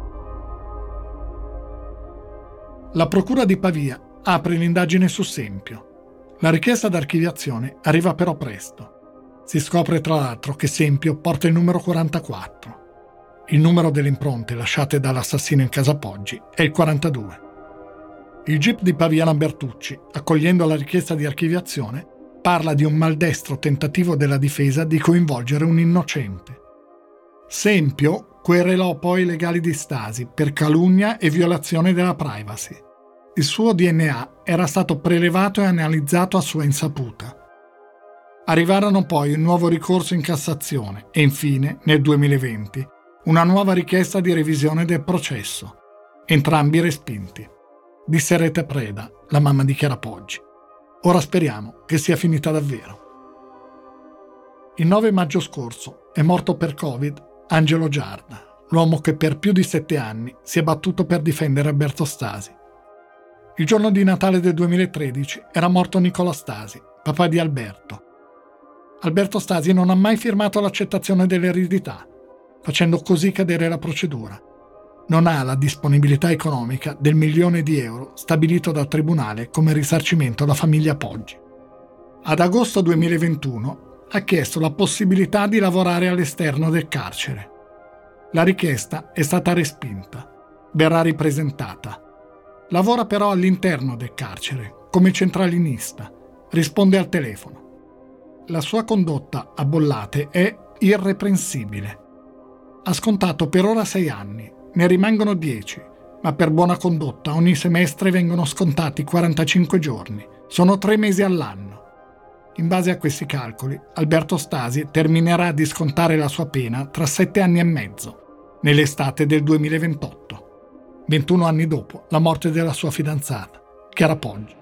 Speaker 1: La Procura di Pavia apre l'indagine su Sempio. La richiesta d'archiviazione arriva però presto. Si scopre tra l'altro che Sempio porta il numero quarantaquattro. Il numero delle impronte lasciate dall'assassino in Casa Poggi è il quarantadue. Il G I P di Pavia Lambertucci, accogliendo la richiesta di archiviazione, parla di un maldestro tentativo della difesa di coinvolgere un innocente. Sempio querelò poi i legali di Stasi per calunnia e violazione della privacy. Il suo D N A era stato prelevato e analizzato a sua insaputa. Arrivarono poi un nuovo ricorso in Cassazione e infine, nel duemilaventi, una nuova richiesta di revisione del processo, entrambi respinti. Disse Rete Preda, la mamma di Chiara Poggi. Ora speriamo che sia finita davvero. Il nove maggio scorso è morto per Covid Angelo Giarda, l'uomo che per più di sette anni si è battuto per difendere Alberto Stasi. Il giorno di Natale del duemilatredici era morto Nicola Stasi, papà di Alberto. Alberto Stasi non ha mai firmato l'accettazione dell'eredità, facendo così cadere la procedura. Non ha la disponibilità economica del milione di euro stabilito dal tribunale come risarcimento alla famiglia Poggi. Ad agosto duemilaventuno ha chiesto la possibilità di lavorare all'esterno del carcere. La richiesta è stata respinta. Verrà ripresentata. Lavora però all'interno del carcere, come centralinista. Risponde al telefono. La sua condotta a bollate è irreprensibile. Ha scontato per ora sei anni, ne rimangono dieci, ma per buona condotta ogni semestre vengono scontati quarantacinque giorni, sono tre mesi all'anno. In base a questi calcoli, Alberto Stasi terminerà di scontare la sua pena tra sette anni e mezzo, nell'estate del duemilaventotto, ventuno anni dopo la morte della sua fidanzata, Chiara Poggi.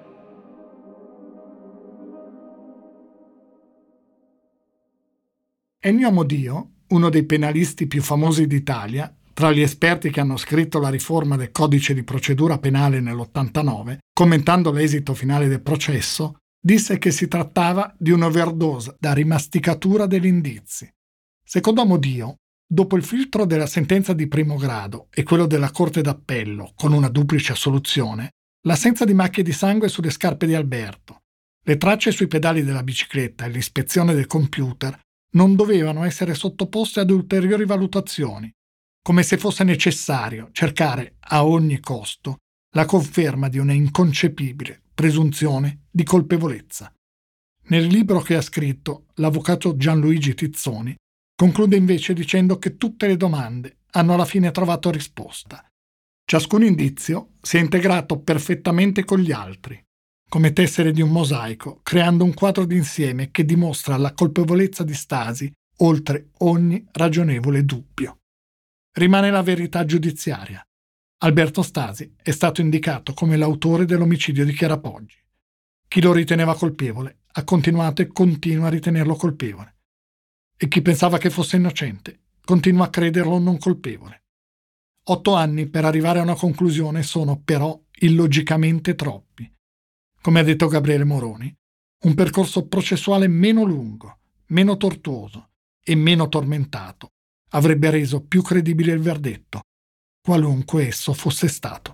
Speaker 1: Ennio Amodio, uno dei penalisti più famosi d'Italia, tra gli esperti che hanno scritto la riforma del codice di procedura penale nell'ottantanove, commentando l'esito finale del processo, disse che si trattava di un'overdose da rimasticatura degli indizi. Secondo Amodio, dopo il filtro della sentenza di primo grado e quello della Corte d'Appello con una duplice assoluzione, l'assenza di macchie di sangue sulle scarpe di Alberto, le tracce sui pedali della bicicletta e l'ispezione del computer non dovevano essere sottoposte ad ulteriori valutazioni, come se fosse necessario cercare a ogni costo la conferma di una inconcepibile presunzione di colpevolezza. Nel libro che ha scritto l'avvocato Gianluigi Tizzoni conclude invece dicendo che tutte le domande hanno alla fine trovato risposta. Ciascun indizio si è integrato perfettamente con gli altri, come tessere di un mosaico, creando un quadro d'insieme che dimostra la colpevolezza di Stasi oltre ogni ragionevole dubbio. Rimane la verità giudiziaria. Alberto Stasi è stato indicato come l'autore dell'omicidio di Chiara Poggi. Chi lo riteneva colpevole ha continuato e continua a ritenerlo colpevole. E chi pensava che fosse innocente continua a crederlo non colpevole. Otto anni per arrivare a una conclusione sono però illogicamente troppi. Come ha detto Gabriele Moroni, un percorso processuale meno lungo, meno tortuoso e meno tormentato avrebbe reso più credibile il verdetto, qualunque esso fosse stato.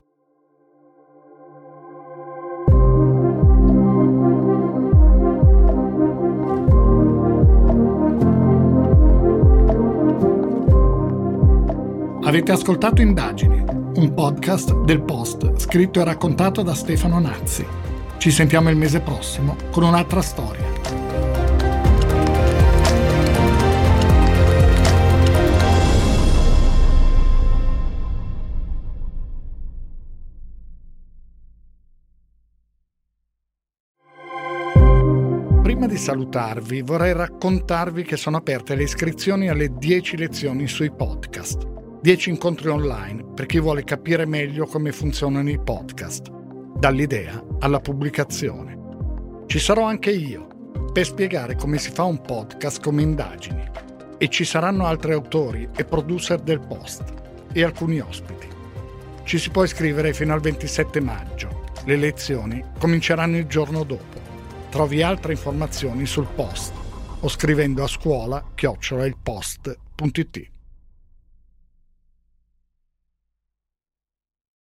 Speaker 1: Avete ascoltato Indagini, un podcast del Post scritto e raccontato da Stefano Nazzi. Ci sentiamo il mese prossimo con un'altra storia. Prima di salutarvi vorrei raccontarvi che sono aperte le iscrizioni alle dieci lezioni sui podcast. dieci incontri online per chi vuole capire meglio come funzionano i podcast, dall'idea alla pubblicazione. Ci sarò anche io per spiegare come si fa un podcast come Indagini, e ci saranno altri autori e producer del Post e alcuni ospiti. Ci si può iscrivere fino al ventisette maggio. Le lezioni cominceranno il giorno dopo. Trovi altre informazioni sul Post o scrivendo a scuola chiocciola il post punto it.